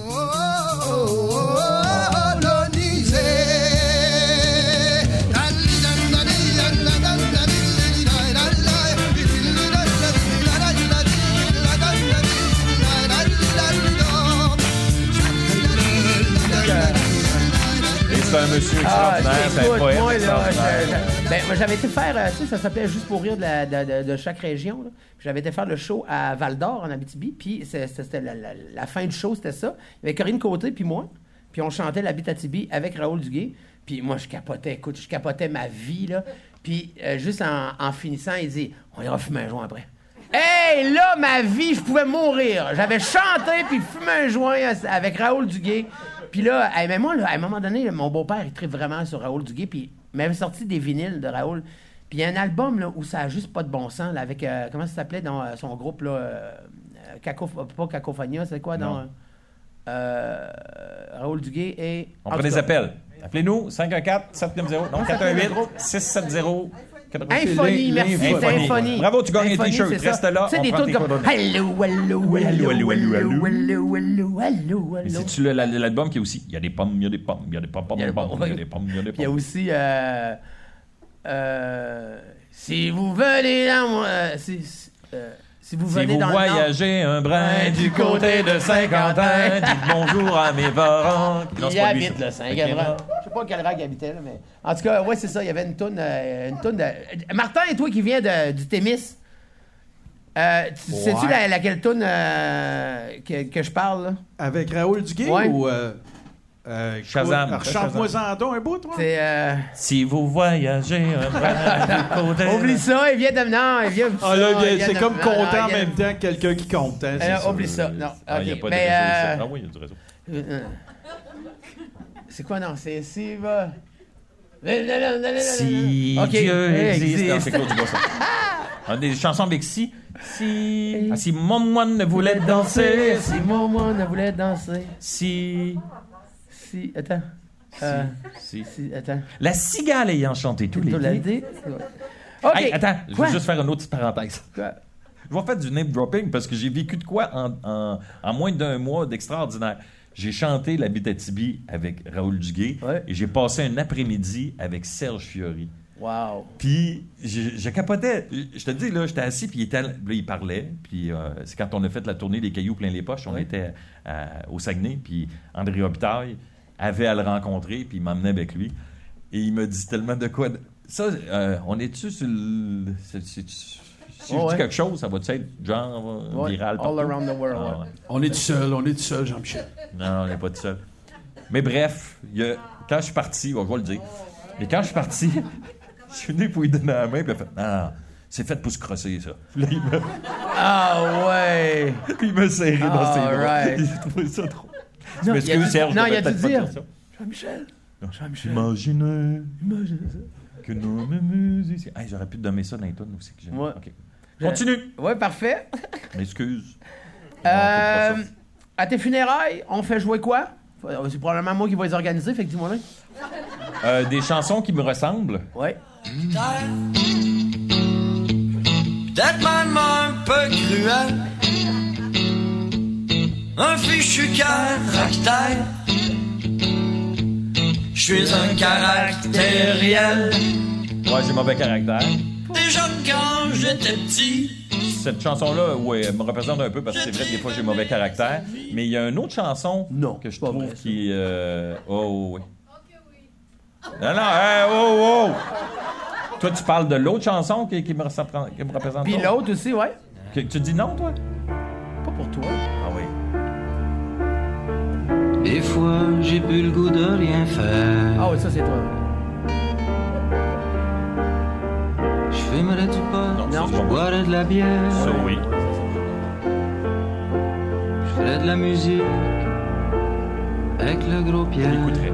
Et c'est un monsieur Ah, extraordinaire, c'est un écoute, poète moi, là, extraordinaire. je- je- ben, moi, j'avais été faire, euh, tu sais, ça s'appelait Juste pour rire de, la- de- de- de chaque région. Là. Puis j'avais été faire le show à Val-d'Or, en Abitibi. Puis c'est- c'était la, la- la fin du show, c'était ça. Il y avait Corinne Côté, puis moi. Puis on chantait La Bite-à-Tibi avec Raoul Duguay. Puis moi, je capotais, écoute, je capotais ma vie, là. Puis euh, juste en, en finissant, il dit « On ira fumer un joint après. » Hey, là, ma vie, je pouvais mourir. J'avais chanté puis fumé un joint avec Raoul Duguay. Puis là, hey, mais moi, là, à un moment donné, là, mon beau-père, il tripe vraiment sur Raoul Duguay. Puis il m'avait sorti des vinyles de Raoul. Puis il y a un album là, où ça a juste pas de bon sens, là, avec, euh, comment ça s'appelait dans euh, son groupe, là, euh, Cacoph- pas Cacophonia, c'est quoi, dans... Non. Euh, Raoul Duguay et... On en prend tout des cas, appels. Appelez-nous, cinq un quatre sept neuf zéro, non, quatre un huit six sept zéro. Infonie, merci, c'est Infonie. Infonie. Bravo, tu gagnes un Infonie, t-shirt. c'est ça. Reste là, Tu sais, on des prend trucs tes comme coordonnées. Allô, allô, allô, Allô, allô, allô, allô, allô, allô, allô, allô, Mais allô. c'est-tu le- la- l'album qui est aussi, il y a des pommes, il y a des pommes, il y a des pommes, pommes, Il y a des pommes, pommes, il y a ouais. des pommes, il y a des Puis il y a pommes. aussi... Euh, euh, si vous venez dans moi... euh, si, si, euh, si vous Si venez vous dans le Nord... voyagez un brin du côté de Saint-Quentin, dites bonjour à mes parents. Non, Il c'est y pas lui, habite, ça. là, Saint-Gabriel. Je sais pas quel rang il habitait, là, mais... En tout cas, ouais, c'est ça, il y avait une toune... euh, une toune de... Martin, et toi qui viens de, du Témis, euh, tu- sais-tu la, laquelle toune euh, que, que je parle, là? Avec Raoul Duguay Ouais. ou... euh, Euh, Shazam. écoute, Chante-moi en don un bout, toi. C'est. Euh... Si vous voyagez un bras de côté... Oublie ça, il vient de. Non, il vient. Ah là, ça, il vient c'est de- comme non, compter non, en il vient même de- temps que quelqu'un qui compte. Hein, c'est Euh, ça. oublie ça. Non, Ah, il n'y a ok. pas de Mais. réseau euh, ici. Ah oui, il y a du réseau. euh, C'est quoi, non? C'est si va. Si Ok, Dieu eh, existe... Non, existe. c'est Claude Dubois, ça. Ah, des chansons avec si... Si... Ah, si mon moine ne voulait danser... Si mon moine voulait danser. Si... Si. Attends. Euh, Si... si. Attends. La cigale ayant chanté tout Tout l'été... l'été. Ok. Hey, attends, je Quoi? veux juste faire une autre petite parenthèse. Quoi? Je vais faire du name dropping parce que j'ai vécu de quoi en, en, en moins d'un mois d'extraordinaire. J'ai chanté la Abitibi avec Raoul Duguay Ouais. et j'ai passé un après-midi avec Serge Fiori. Wow. Puis je, je capotais. Je te dis, là, j'étais assis, puis il, était, là, il parlait. Puis euh, c'est quand on a fait la tournée des Cailloux plein les poches, on Ouais. était à- au Saguenay, puis André Robitaille avait à le rencontrer, puis il m'emmenait avec lui. Et il me dit tellement de quoi. de- Ça, euh, on est-tu sur le. c'est- c'est- Si Oh, je dis ouais. quelque chose, ça va être genre euh, Ouais, viral all partout? around the world, Ah, ouais. ouais. On est tout seul, on est tout seul, Jean-Michel. Non, on n'est pas tout seul. Mais bref, il y a- quand je suis parti, ouais, je vais le dire. Et quand je suis parti, je suis venu pour lui donner la main, puis il a fait non, c'est fait pour se crosser, ça. Puis là, il m'a, Ah ouais. puis il m'a serré dans ses bras. Alright. Il a trouvé ça trop. Je Non, m'excuse, il a dû- Serge, je non, devais il a dû peut-être pas dire. ça. Jean-Michel. Jean-Michel. Imaginez Imagine ça. que nos musiciens... Hey, j'aurais pu te donner ça dans les tunes aussi que j'aime. Ouais. OK. Continue. Ouais, parfait. M'excuse. Euh, On coupe à tes funérailles, on fait jouer quoi? C'est probablement moi qui vais les organiser, fait que dis-moi là. pas ça. Euh, des chansons qui me ressemblent. Ouais. Peut-être même un peu cruel, un fichu caractère. Je suis un caractériel. Ouais, j'ai mauvais caractère. Déjà quand j'étais petit, Cette chanson-là, ouais, elle me représente un peu parce que c'est vrai que des fois j'ai mauvais caractère. Mais il y a une autre chanson Non, que je pas trouve vrai, ça. qui. Euh... Oh, oui. Non, non, hey, oh, oh! Toi, tu parles de l'autre chanson qui, qui, me, représente- qui me représente. Puis pas? l'autre aussi, ouais. Que- tu dis non, toi? Pas pour toi. Ah oui. des fois j'ai plus le goût de rien faire. Ah oui, ça c'est toi. Je fumerais du pot, Non, Non. ça, c'est pas je moi. boirais de la bière, Ça, oui. je ferais de la musique avec le gros Je Pierre. l'écouterais.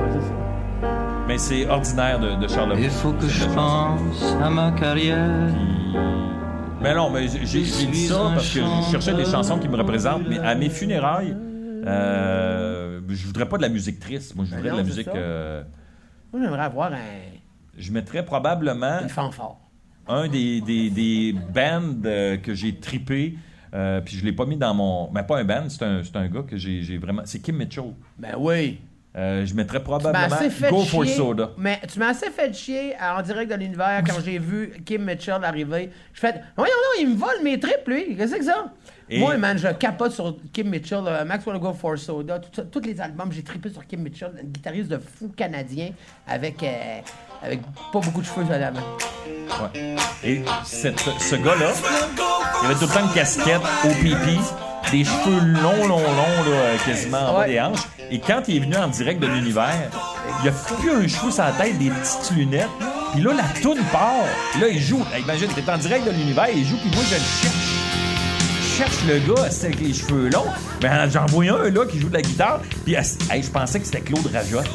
Mais c'est ordinaire de, de Charles Il faut que je pense à ma carrière. Mais non, mais j'ai, j'ai j'ai dit ça parce que je cherchais des chansons qui me représentent, mais à mes funérailles, euh, je voudrais pas de la musique triste. Moi, je voudrais non, de la c'est musique. ça. euh, Moi, j'aimerais avoir un... je mettrais probablement une fanfare. un des, des, des bands euh, que j'ai trippé, euh, puis je l'ai pas mis dans mon. Mais pas un band, c'est un, c'est un gars que j'ai, j'ai vraiment. C'est Kim Mitchell. Ben oui. Euh, je mettrais Tu m'as probablement assez fait Go for chier, Soda. mais tu m'as assez fait chier en direct de l'univers quand j'ai vu Kim Mitchell arriver. Je fais, voyons non, il me vole mes trips, lui. Qu'est-ce que c'est que ça? Et- Moi, man, je capote sur Kim Mitchell, euh, Max Wanna Go for Soda, tout ça, tous les albums, j'ai trippé sur Kim Mitchell, un guitariste de fou canadien avec, euh, avec pas beaucoup de cheveux à la main. Ouais. Et cette- ce gars-là, il avait tout le temps une casquette au pipi, des cheveux longs, longs, longs, là, quasiment en bas Ouais. des hanches. Et quand il est venu en direct de l'univers, il a plus un cheveu sur la tête, des petites lunettes. Puis là, la toune part. Là, il joue. Là, imagine, t'es en direct de l'univers, il joue, puis moi, je le cherche. Je cherche le gars c'est avec les cheveux longs. Ben, j'en vois un là qui joue de la guitare. Puis hey, je pensais que c'était Claude Rajotte.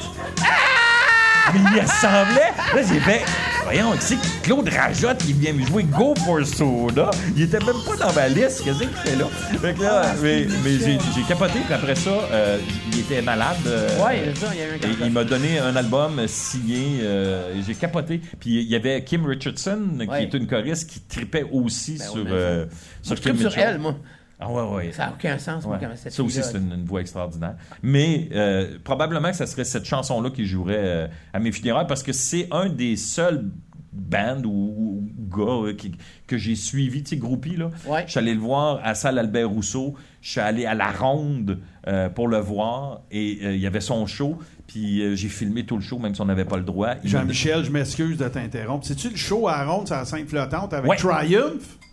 Mais il ressemblait. Là, j'ai fait, voyons, tu sais, Claude Rajotte qui vient me jouer Go for Soda. Il était même pas dans ma liste. Qu'est-ce qu'il fait là? Fait que là, mais, mais j'ai, j'ai capoté. Puis après ça, euh, il était malade. euh, Ouais, c'est ça, il y a eu un et cancer. il m'a donné un album signé. euh, et j'ai capoté. Puis il y avait Kim Richardson, qui Ouais. est une choriste qui tripait aussi Ben sur, oui, mais euh, Moi, sur je Kim trippe sur Mitchell. elle, moi. Ah ouais, ouais. Ça n'a aucun sens, moi, Ouais. comment cette Ça aussi, fille-là- c'est une, une voix extraordinaire. Mais euh, probablement que ça serait cette chanson-là qui jouerait euh, à mes funérailles parce que c'est un des seuls bands ou, ou gars euh, qui- que j'ai suivi, tu sais, groupie, là. Ouais. Je suis allé le voir à Salle Albert Rousseau. Je suis allé à La Ronde euh, pour le voir et euh, il y avait son show. Puis euh, j'ai filmé tout le show, même si on n'avait pas le droit. Il m'a- Jean-Michel, je m'excuse de t'interrompre. C'est-tu le show à la ronde sur la scène flottante avec Ouais. Triumph?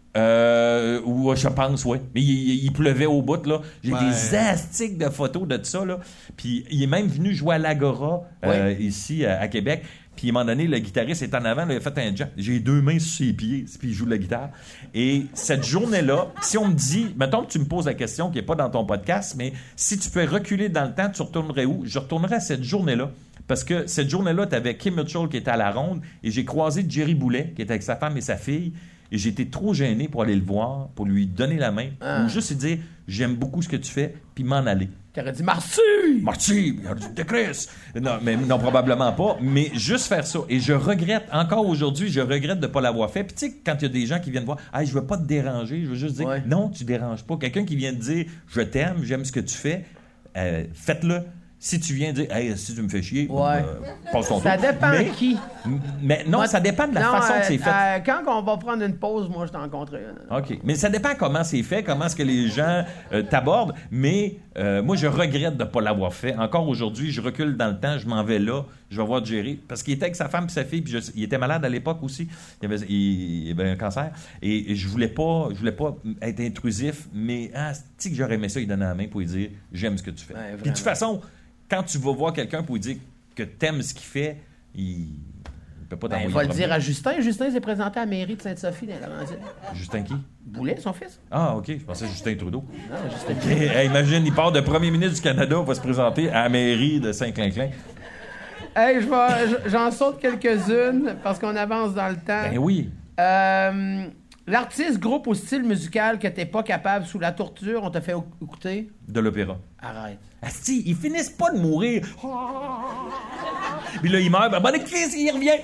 Euh, ou je pense, oui. Mais il, il pleuvait au bout, là. J'ai Ouais. des astiques de photos de ça, là. Puis il est même venu jouer à l'Agora, euh, ici, à, à Québec. Puis à un moment donné, le guitariste est en avant, là, il a fait un jump. J'ai deux mains sur ses pieds, puis il joue de la guitare. Et cette journée-là, si on me dit, mettons que tu me poses la question qui n'est pas dans ton podcast, mais si tu peux reculer dans le temps, tu retournerais où? Je retournerais à cette journée-là. Parce que cette journée-là, tu avais Kim Mitchell qui était à la ronde, et j'ai croisé Jerry Boulet, qui était avec sa femme et sa fille. Et j'étais trop gêné pour aller le voir, pour lui donner la main, Ah. ou juste lui dire « J'aime beaucoup ce que tu fais », puis m'en aller. T'aurais dit Marcy! Marty, de Chris! Non, mais, non, probablement pas, mais juste faire ça. Et je regrette, encore aujourd'hui, je regrette de ne pas l'avoir fait. Puis tu sais, quand il y a des gens qui viennent voir « Hey, je veux pas te déranger », je veux juste dire Ouais. « Non, tu déranges pas ». Quelqu'un qui vient te dire « Je t'aime, j'aime ce que tu fais euh, », faites-le. Si tu viens dire « Hey, si tu me fais chier, Ouais. euh, passe ton Ça tour. dépend mais, qui. Mais non, Moi, ça dépend de la non, façon euh, que c'est fait. euh, quand on va prendre une pause, moi, je t'en rencontrerai une. OK. Mais ça dépend comment c'est fait, comment est-ce que les gens euh, t'abordent. Mais euh, moi, je regrette de ne pas l'avoir fait. Encore aujourd'hui, je recule dans le temps, je m'en vais là, je vais voir Jerry. Parce qu'il était avec sa femme et sa fille, puis je- il était malade à l'époque aussi. Il avait, il, il avait un cancer. Et, et je voulais pas je voulais pas être intrusif, mais ah, tu sais que j'aurais aimé ça, il donnait la main pour lui dire « J'aime ce que tu fais Ouais, ». Puis de toute façon, quand tu vas voir quelqu'un pour lui dire que t'aimes ce qu'il fait, il... Il peut pas Ben, t'envoyer il va le promener. dire à Justin. Justin s'est présenté à la mairie de Sainte-Sophie dans la Laurentide. Justin qui? Boulet, son fils? Ah, OK. Je pensais Justin Trudeau. Non, Justin. OK. Hey, imagine, il part de premier ministre du Canada, va se présenter à la mairie de Saint-Clinclin. Hey, je vais, j'en saute quelques-unes parce qu'on avance dans le temps. Ben oui. Euh, l'artiste, groupe ou style musical que t'es pas capable sous la torture, on t'a fait écouter? De l'opéra. Arrête. Asti, ils finissent pas de mourir. Puis là, il meurt. Ben, bon, Chris, il revient.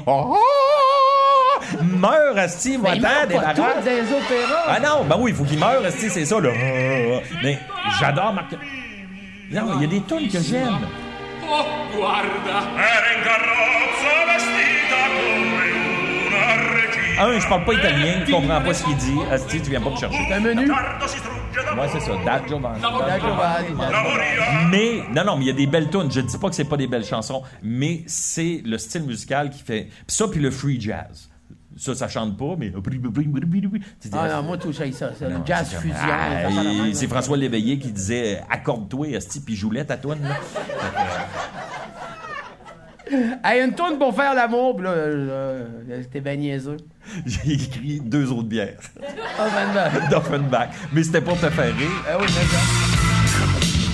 Meurt, Asti, Mais il va-t'en, meurt pas tous débarrasse. dans les opéras. Ah non, ben oui, il faut qu'il meure, Asti, c'est ça, là. Mais j'adore Marc. Non, il y a des tunes que j'aime. Oh, guarda, era in carrozza vestita come una regina. Un, je parle pas italien, tu comprends pas ce qu'il dit. Asti, tu viens pas me chercher. C'est un menu. Tardo si strugge da Ouais, c'est ça. Da Giovanni. Da D'accord, Giovanni. vas-y, vas-y. moria. Mais, non, non, mais il y a des belles tunes. Je dis pas que c'est pas des belles chansons, mais c'est le style musical qui fait. Puis ça, puis le free jazz. Ça, ça chante pas, mais. Ah non, moi, tout ça, ça. C'est le Non, jazz c'est comme- fusion. Ah, les affaires de et même. c'est François Léveillé qui disait accorde-toi, esti, puis joue-la ta toune, là. Hey, une tourne pour faire l'amour, pis là, euh, t'es ben niaiseux. J'ai écrit deux autres bières. Ah, ben, ben. D'Offenbach. Mais c'était pour te faire rire. Ah oui, mais ça.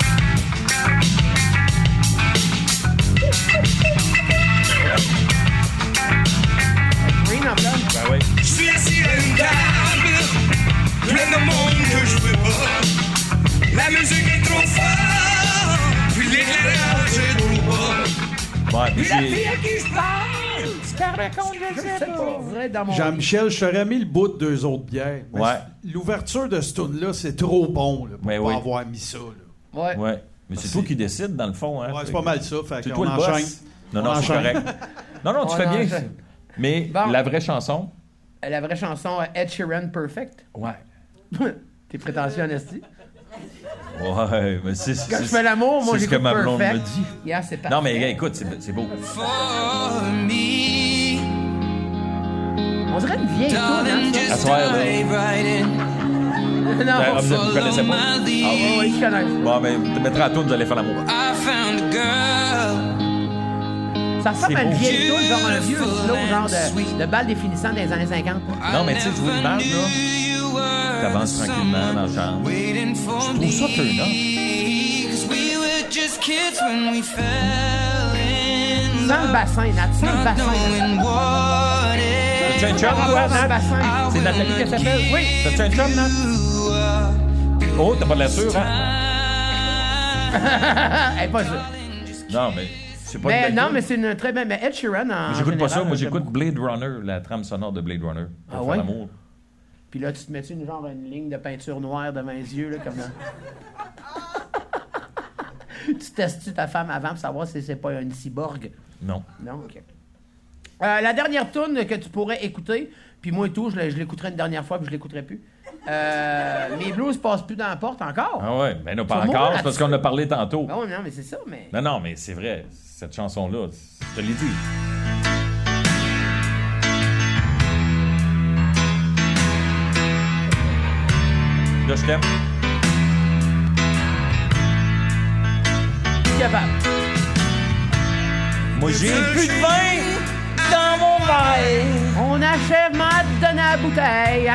Green en place. Ben oui. Je suis assis à une table, plein de monde que je veux pas. La musique est trop forte, puis l'éclairage est trop bas. Ouais, mais La fille j'ai. à qui je parle, Je sais pas. Vrai dans mon Jean-Michel, je t'aurais mis le bout de deux autres bières. Mais Ouais. c'est- L'ouverture de ce tune-là, c'est trop bon là, pour Ouais, pas oui. avoir mis ça. Là. Ouais. Ouais. Mais c'est toi qui décides, dans le fond, hein. Ouais, Fait c'est pas que- mal ça. Fait C'est qu'on toi le enchaîne. boss. Non, On non, c'est enchaîne. correct. Non, non, tu On fais bien. enchaîne. Mais Bon. la vraie chanson. La vraie chanson euh, Ed Sheeran Perfect. Ouais. T'es prétentieux, Nasty. Ouais, mais c'est. Quand je fais l'amour, moi, c'est ce j'écoute que ma blonde Perfect. me dit. Yeah, c'est parfait. Non, mais gars, écoute, c'est c'est beau. For me, On dirait une vieille tourne, hein, darling, ça. À just soir, là. dive right in. Non, Ah, vous vous connaissez pas? ah ouais, ouais, je connais. Bon, mais tu mettras la toune, vous allez faire l'amour. I found a girl. Ça ressemble à une beau. vieille tourne, genre un vieux slow, genre de, de balle définissant des années cinquante. Non, mais tu sais, je vous demande, là. T'avances tranquillement dans le champ. Waiting for Je trouve ça turn up. Cause we were just kids when we fell in Sans le love. bassin, Nat, sans le Not bassin. knowing what it T'as-tu un chum, Dans toi, le Nat? bassin. C'est Nathalie qui s'appelle? Oui. T'as-tu un chum, Nat? was. Oh, t'as pas de la sûre, hein? Elle est pas sûre. Non, mais c'est pas une Mais belle non, toune. mais c'est une très belle. Mais Ed Sheeran, en. Mais j'écoute pas ça. général, Moi, j'aime j'écoute beaucoup. Blade Runner, la trame sonore de Blade Runner. Pour Ah faire ouais? l'amour. Puis là, tu te mets une genre une ligne de peinture noire devant les yeux, là, comme dans... Tu testes-tu ta femme avant pour savoir si c'est pas une cyborg? Non. Non, OK. Euh, la dernière tune que tu pourrais écouter, puis moi et tout, je, l'ai- je l'écouterai une dernière fois, puis je l'écouterai plus. Euh, mes blues passent plus dans la porte encore. Ah ouais, ben non, pas Faut mourir encore, c'est parce là-dessus. qu'on a parlé tantôt. Ben oui, non, mais c'est ça, mais... Non, non, mais c'est vrai. Cette chanson-là, je te l'ai dit. Là, je t'aime. Capable. Moi, j'ai plus de vin dans mon verre. On achève ma donne à la bouteille.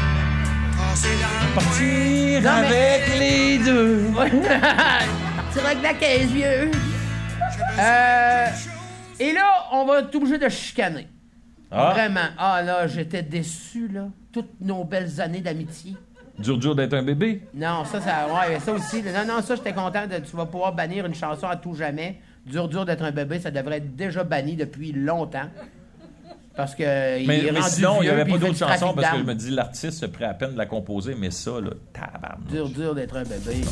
Partir Non, mais- avec les deux. Partir avec la caisse, vieux. Euh, et là, on va être obligé de chicaner. Ah, Vraiment. Ah là, j'étais déçu, là. Toutes nos belles années d'amitié. dur, dur d'être un bébé. Non, ça, ça, ouais, ça aussi. là. Non, non, ça, j'étais content de. Tu vas pouvoir bannir une chanson à tout jamais. Dur, dur d'être un bébé, ça devrait être déjà banni depuis longtemps. Parce que. il Mais, est mais rendu sinon, il n'y vieux, avait puis pas il fait d'autres du chansons trafic parce que je d'armes. me dis l'artiste se prend à peine de la composer, mais ça, là, tabarnak. Dur, dur d'être un bébé.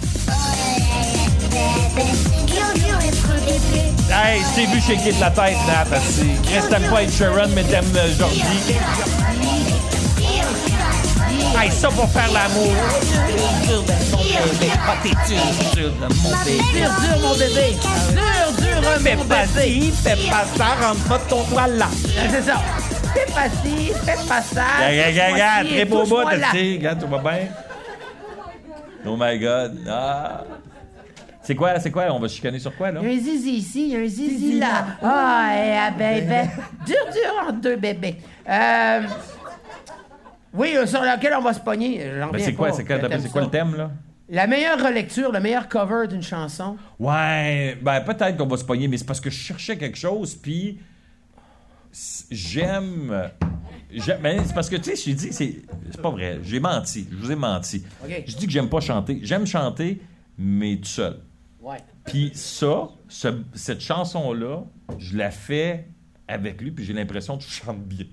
Hey, je t'ai vu shaker de la tête, Nat, assis. Chris, t'aimes pas Ed Sheeran, mais t'aimes euh, Georgie. Hey, ça pour faire l'amour. Dur, dur, mon bébé. Ah, t'es dur, dur, mon bébé. Dur, dur, mon bébé. Dur, dur, Fais mon pas bébé. ci, fais pas ça, rentre pas ton doigt là. C'est ça. Fais pas ci, fais pas ça. Regarde, regarde, regarde, très beau bout, touche-moi là. tu sais. Regarde, tout va bien. Oh my God. Ah. C'est quoi, c'est quoi? On va chicaner sur quoi, là? Il y a un zizi ici, il y a un zizi là. Ah, et ah, bébé. Dur, dur entre deux bébés. Euh... Oui, euh, sur lequel on va se pogner. J'en Ben, reviens c'est quoi, pas c'est quoi, que t'aimes c'est quoi ça. le thème, là? La meilleure relecture, le meilleur cover d'une chanson. Ouais, ben peut-être qu'on va se pogner, mais c'est parce que je cherchais quelque chose, puis c- j'aime... j'aime mais c'est parce que, tu sais, je t'ai dit, c'est, c'est pas vrai, j'ai menti, je vous ai menti. OK. Je dis que j'aime pas chanter. J'aime chanter, mais tout seul. Ouais. Puis ça, ce- cette chanson-là, je la fais avec lui, puis j'ai l'impression que je chante bien.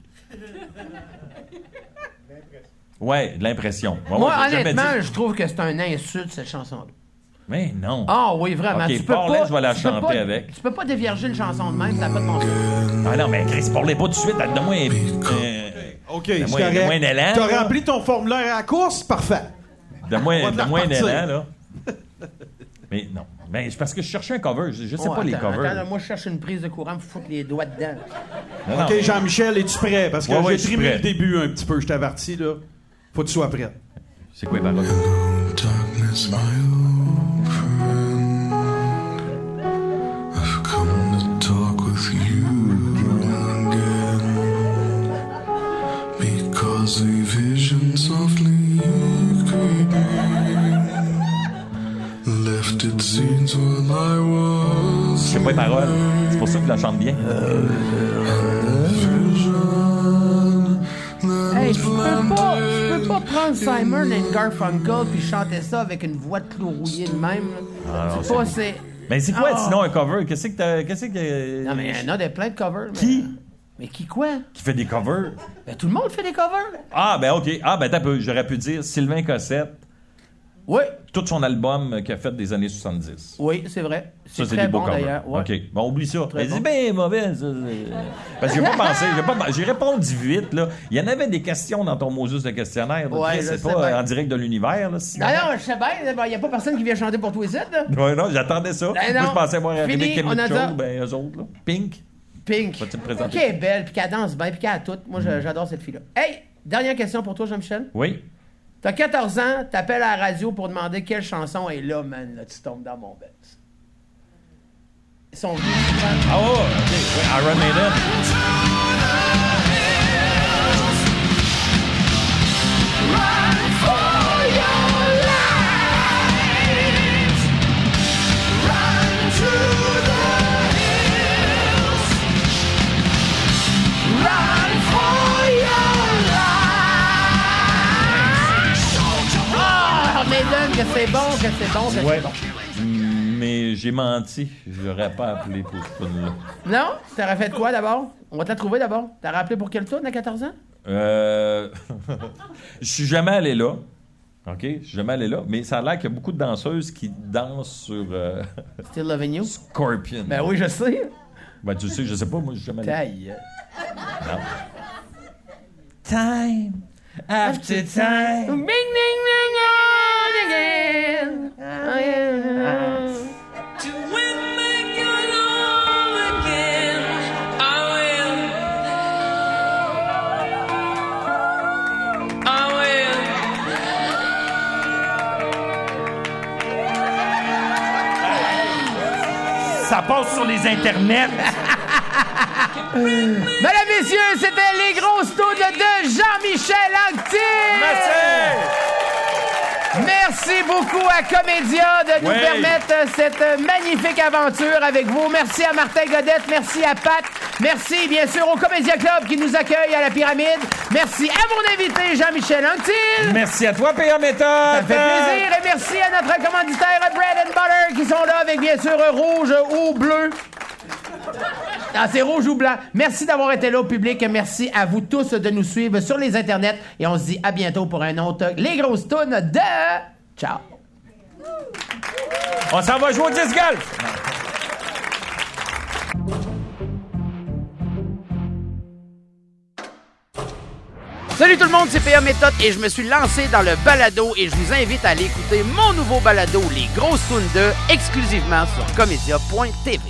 Ouais, de l'impression. Ouais, Moi, ouais, j'ai jamais honnêtement, dit- je trouve que c'est un insulte, cette chanson-là. Mais non. Ah oui, vraiment. Ok, tu peux parle-en, pas, je vais la tu peux chanter pas- avec. Tu peux pas dévierger une chanson de même, ça n'a pas de bon sens. Ah non, mais Chris, parlez pas tout de suite. Donne-moi un... euh, OK, Donne-moi- c'est correct. donne-moi un élan, T'as là. rempli ton formulaire à la course? Parfait. Donne-moi, On va te la donne-moi un repartir. élan, là. Mais non. Mais c'est parce que je cherchais un cover. Je, je sais Oh, pas les attends, covers. attends, là, moi, je cherche une prise de courant pour foutre les doigts dedans. Non, non, OK, mais- Jean-Michel, es-tu prêt? Parce que Ouais, ouais, j'ai je suis trimé prêt. le début un petit peu, je t'avertis, là. Faut que tu sois prêt. C'est quoi les paroles? Darkness, my old friend. I've come to talk with you again. Because a vision softly creeping left its seeds while I was. Je sais pas les paroles. C'est pour ça que je la chante bien. Hey, je peux pas, je peux pas prendre Simon and Garfunkel puis chanter ça avec une voix de clou rouillée de même. là. Ah, non, c'est pas, c'est... Mais c'est quoi, Ah. sinon, un cover? Qu'est-ce que t'as... Qu'est-ce que... Non, mais il y en a des plein de covers. mais- Qui? Mais qui quoi? Qui fait des covers? Ben, tout le monde fait des covers. Ah, ben OK. Ah, ben t'as peu. J'aurais pu dire Sylvain Cossette. Oui, Tout son album qu'il a fait des années soixante-dix. oui, c'est vrai. Ça, C'est c'est très des beaux bon covers. d'ailleurs. Ouais. OK. Bon, oublie ça. Très Mais bon. c'est bien mauvais, ça. c'est- Parce que j'ai pas pensé. J'ai, pas... j'ai répondu vite, là. Il y en avait des questions dans ton Moses de questionnaire. là. Ouais, Chris, je c'est sais pas bien. en direct de l'univers, là. sinon- Non, non, je sais bien, il n'y a pas personne qui vient chanter pour toi ici, là. Ouais, non, j'attendais ça. Ben Moi, non. je pensais voir arriver Fini, Kim on a Mitchell, ça. ben eux autres, là. Pink. Pink. Vas-tu me présenter? Qui est belle, puis qu'elle danse bien, puis qu'elle a tout. Moi, je- j'adore cette fille-là. Hey, dernière question pour toi, Jean-Michel. Oui. T'as quatorze ans, t'appelles à la radio pour demander quelle chanson est là, man. Là, tu tombes dans mon bête. Ils sont venus. Ah, oh, OK. Ouais, Iron Maiden. Ah, Maiden, que c'est bon, que c'est bon, que Ouais. c'est bon. Mais j'ai menti. J'aurais pas appelé pour ce tune-là. Non? T'aurais fait quoi d'abord? On va te la trouver d'abord. T'as rappelé pour quel tour à quatorze ans? Euh... Je suis jamais allé là. OK? Je suis jamais allé là. Mais ça a l'air qu'il y a beaucoup de danseuses qui dansent sur euh, Still Loving You? Scorpion. Ben oui, je sais. Ben, tu sais, je sais pas. Moi, je suis jamais allé. Taille. Non. Time after time. Bing, ding, ding, on again. Oh, yeah. To win make your love again, I will. I will. ça passe sur les internets. Mesdames, messieurs, c'était les grosses tunes de Jean-Michel Anctil! Merci! Merci beaucoup à Comédia de nous oui. permettre cette magnifique aventure avec vous. Merci à Martin Godette, merci à Pat, merci bien sûr au Comédia Club qui nous accueille à la Pyramide. Merci à mon invité Jean-Michel Anctil. Merci à toi, P A Méthode. Ça fait plaisir et merci à notre commanditaire Bread and Butter qui sont là avec bien sûr rouge ou bleu. Ah, c'est rouge ou blanc. Merci d'avoir été là au public. Merci à vous tous de nous suivre sur les internets. Et on se dit à bientôt pour un autre Les Grosses Tunes de... Ciao. On s'en va jouer au disc golf. Salut tout le monde, c'est P A Méthode et je me suis lancé dans le balado et je vous invite à aller écouter mon nouveau balado Les Grosses Tunes de exclusivement sur comédia point t v.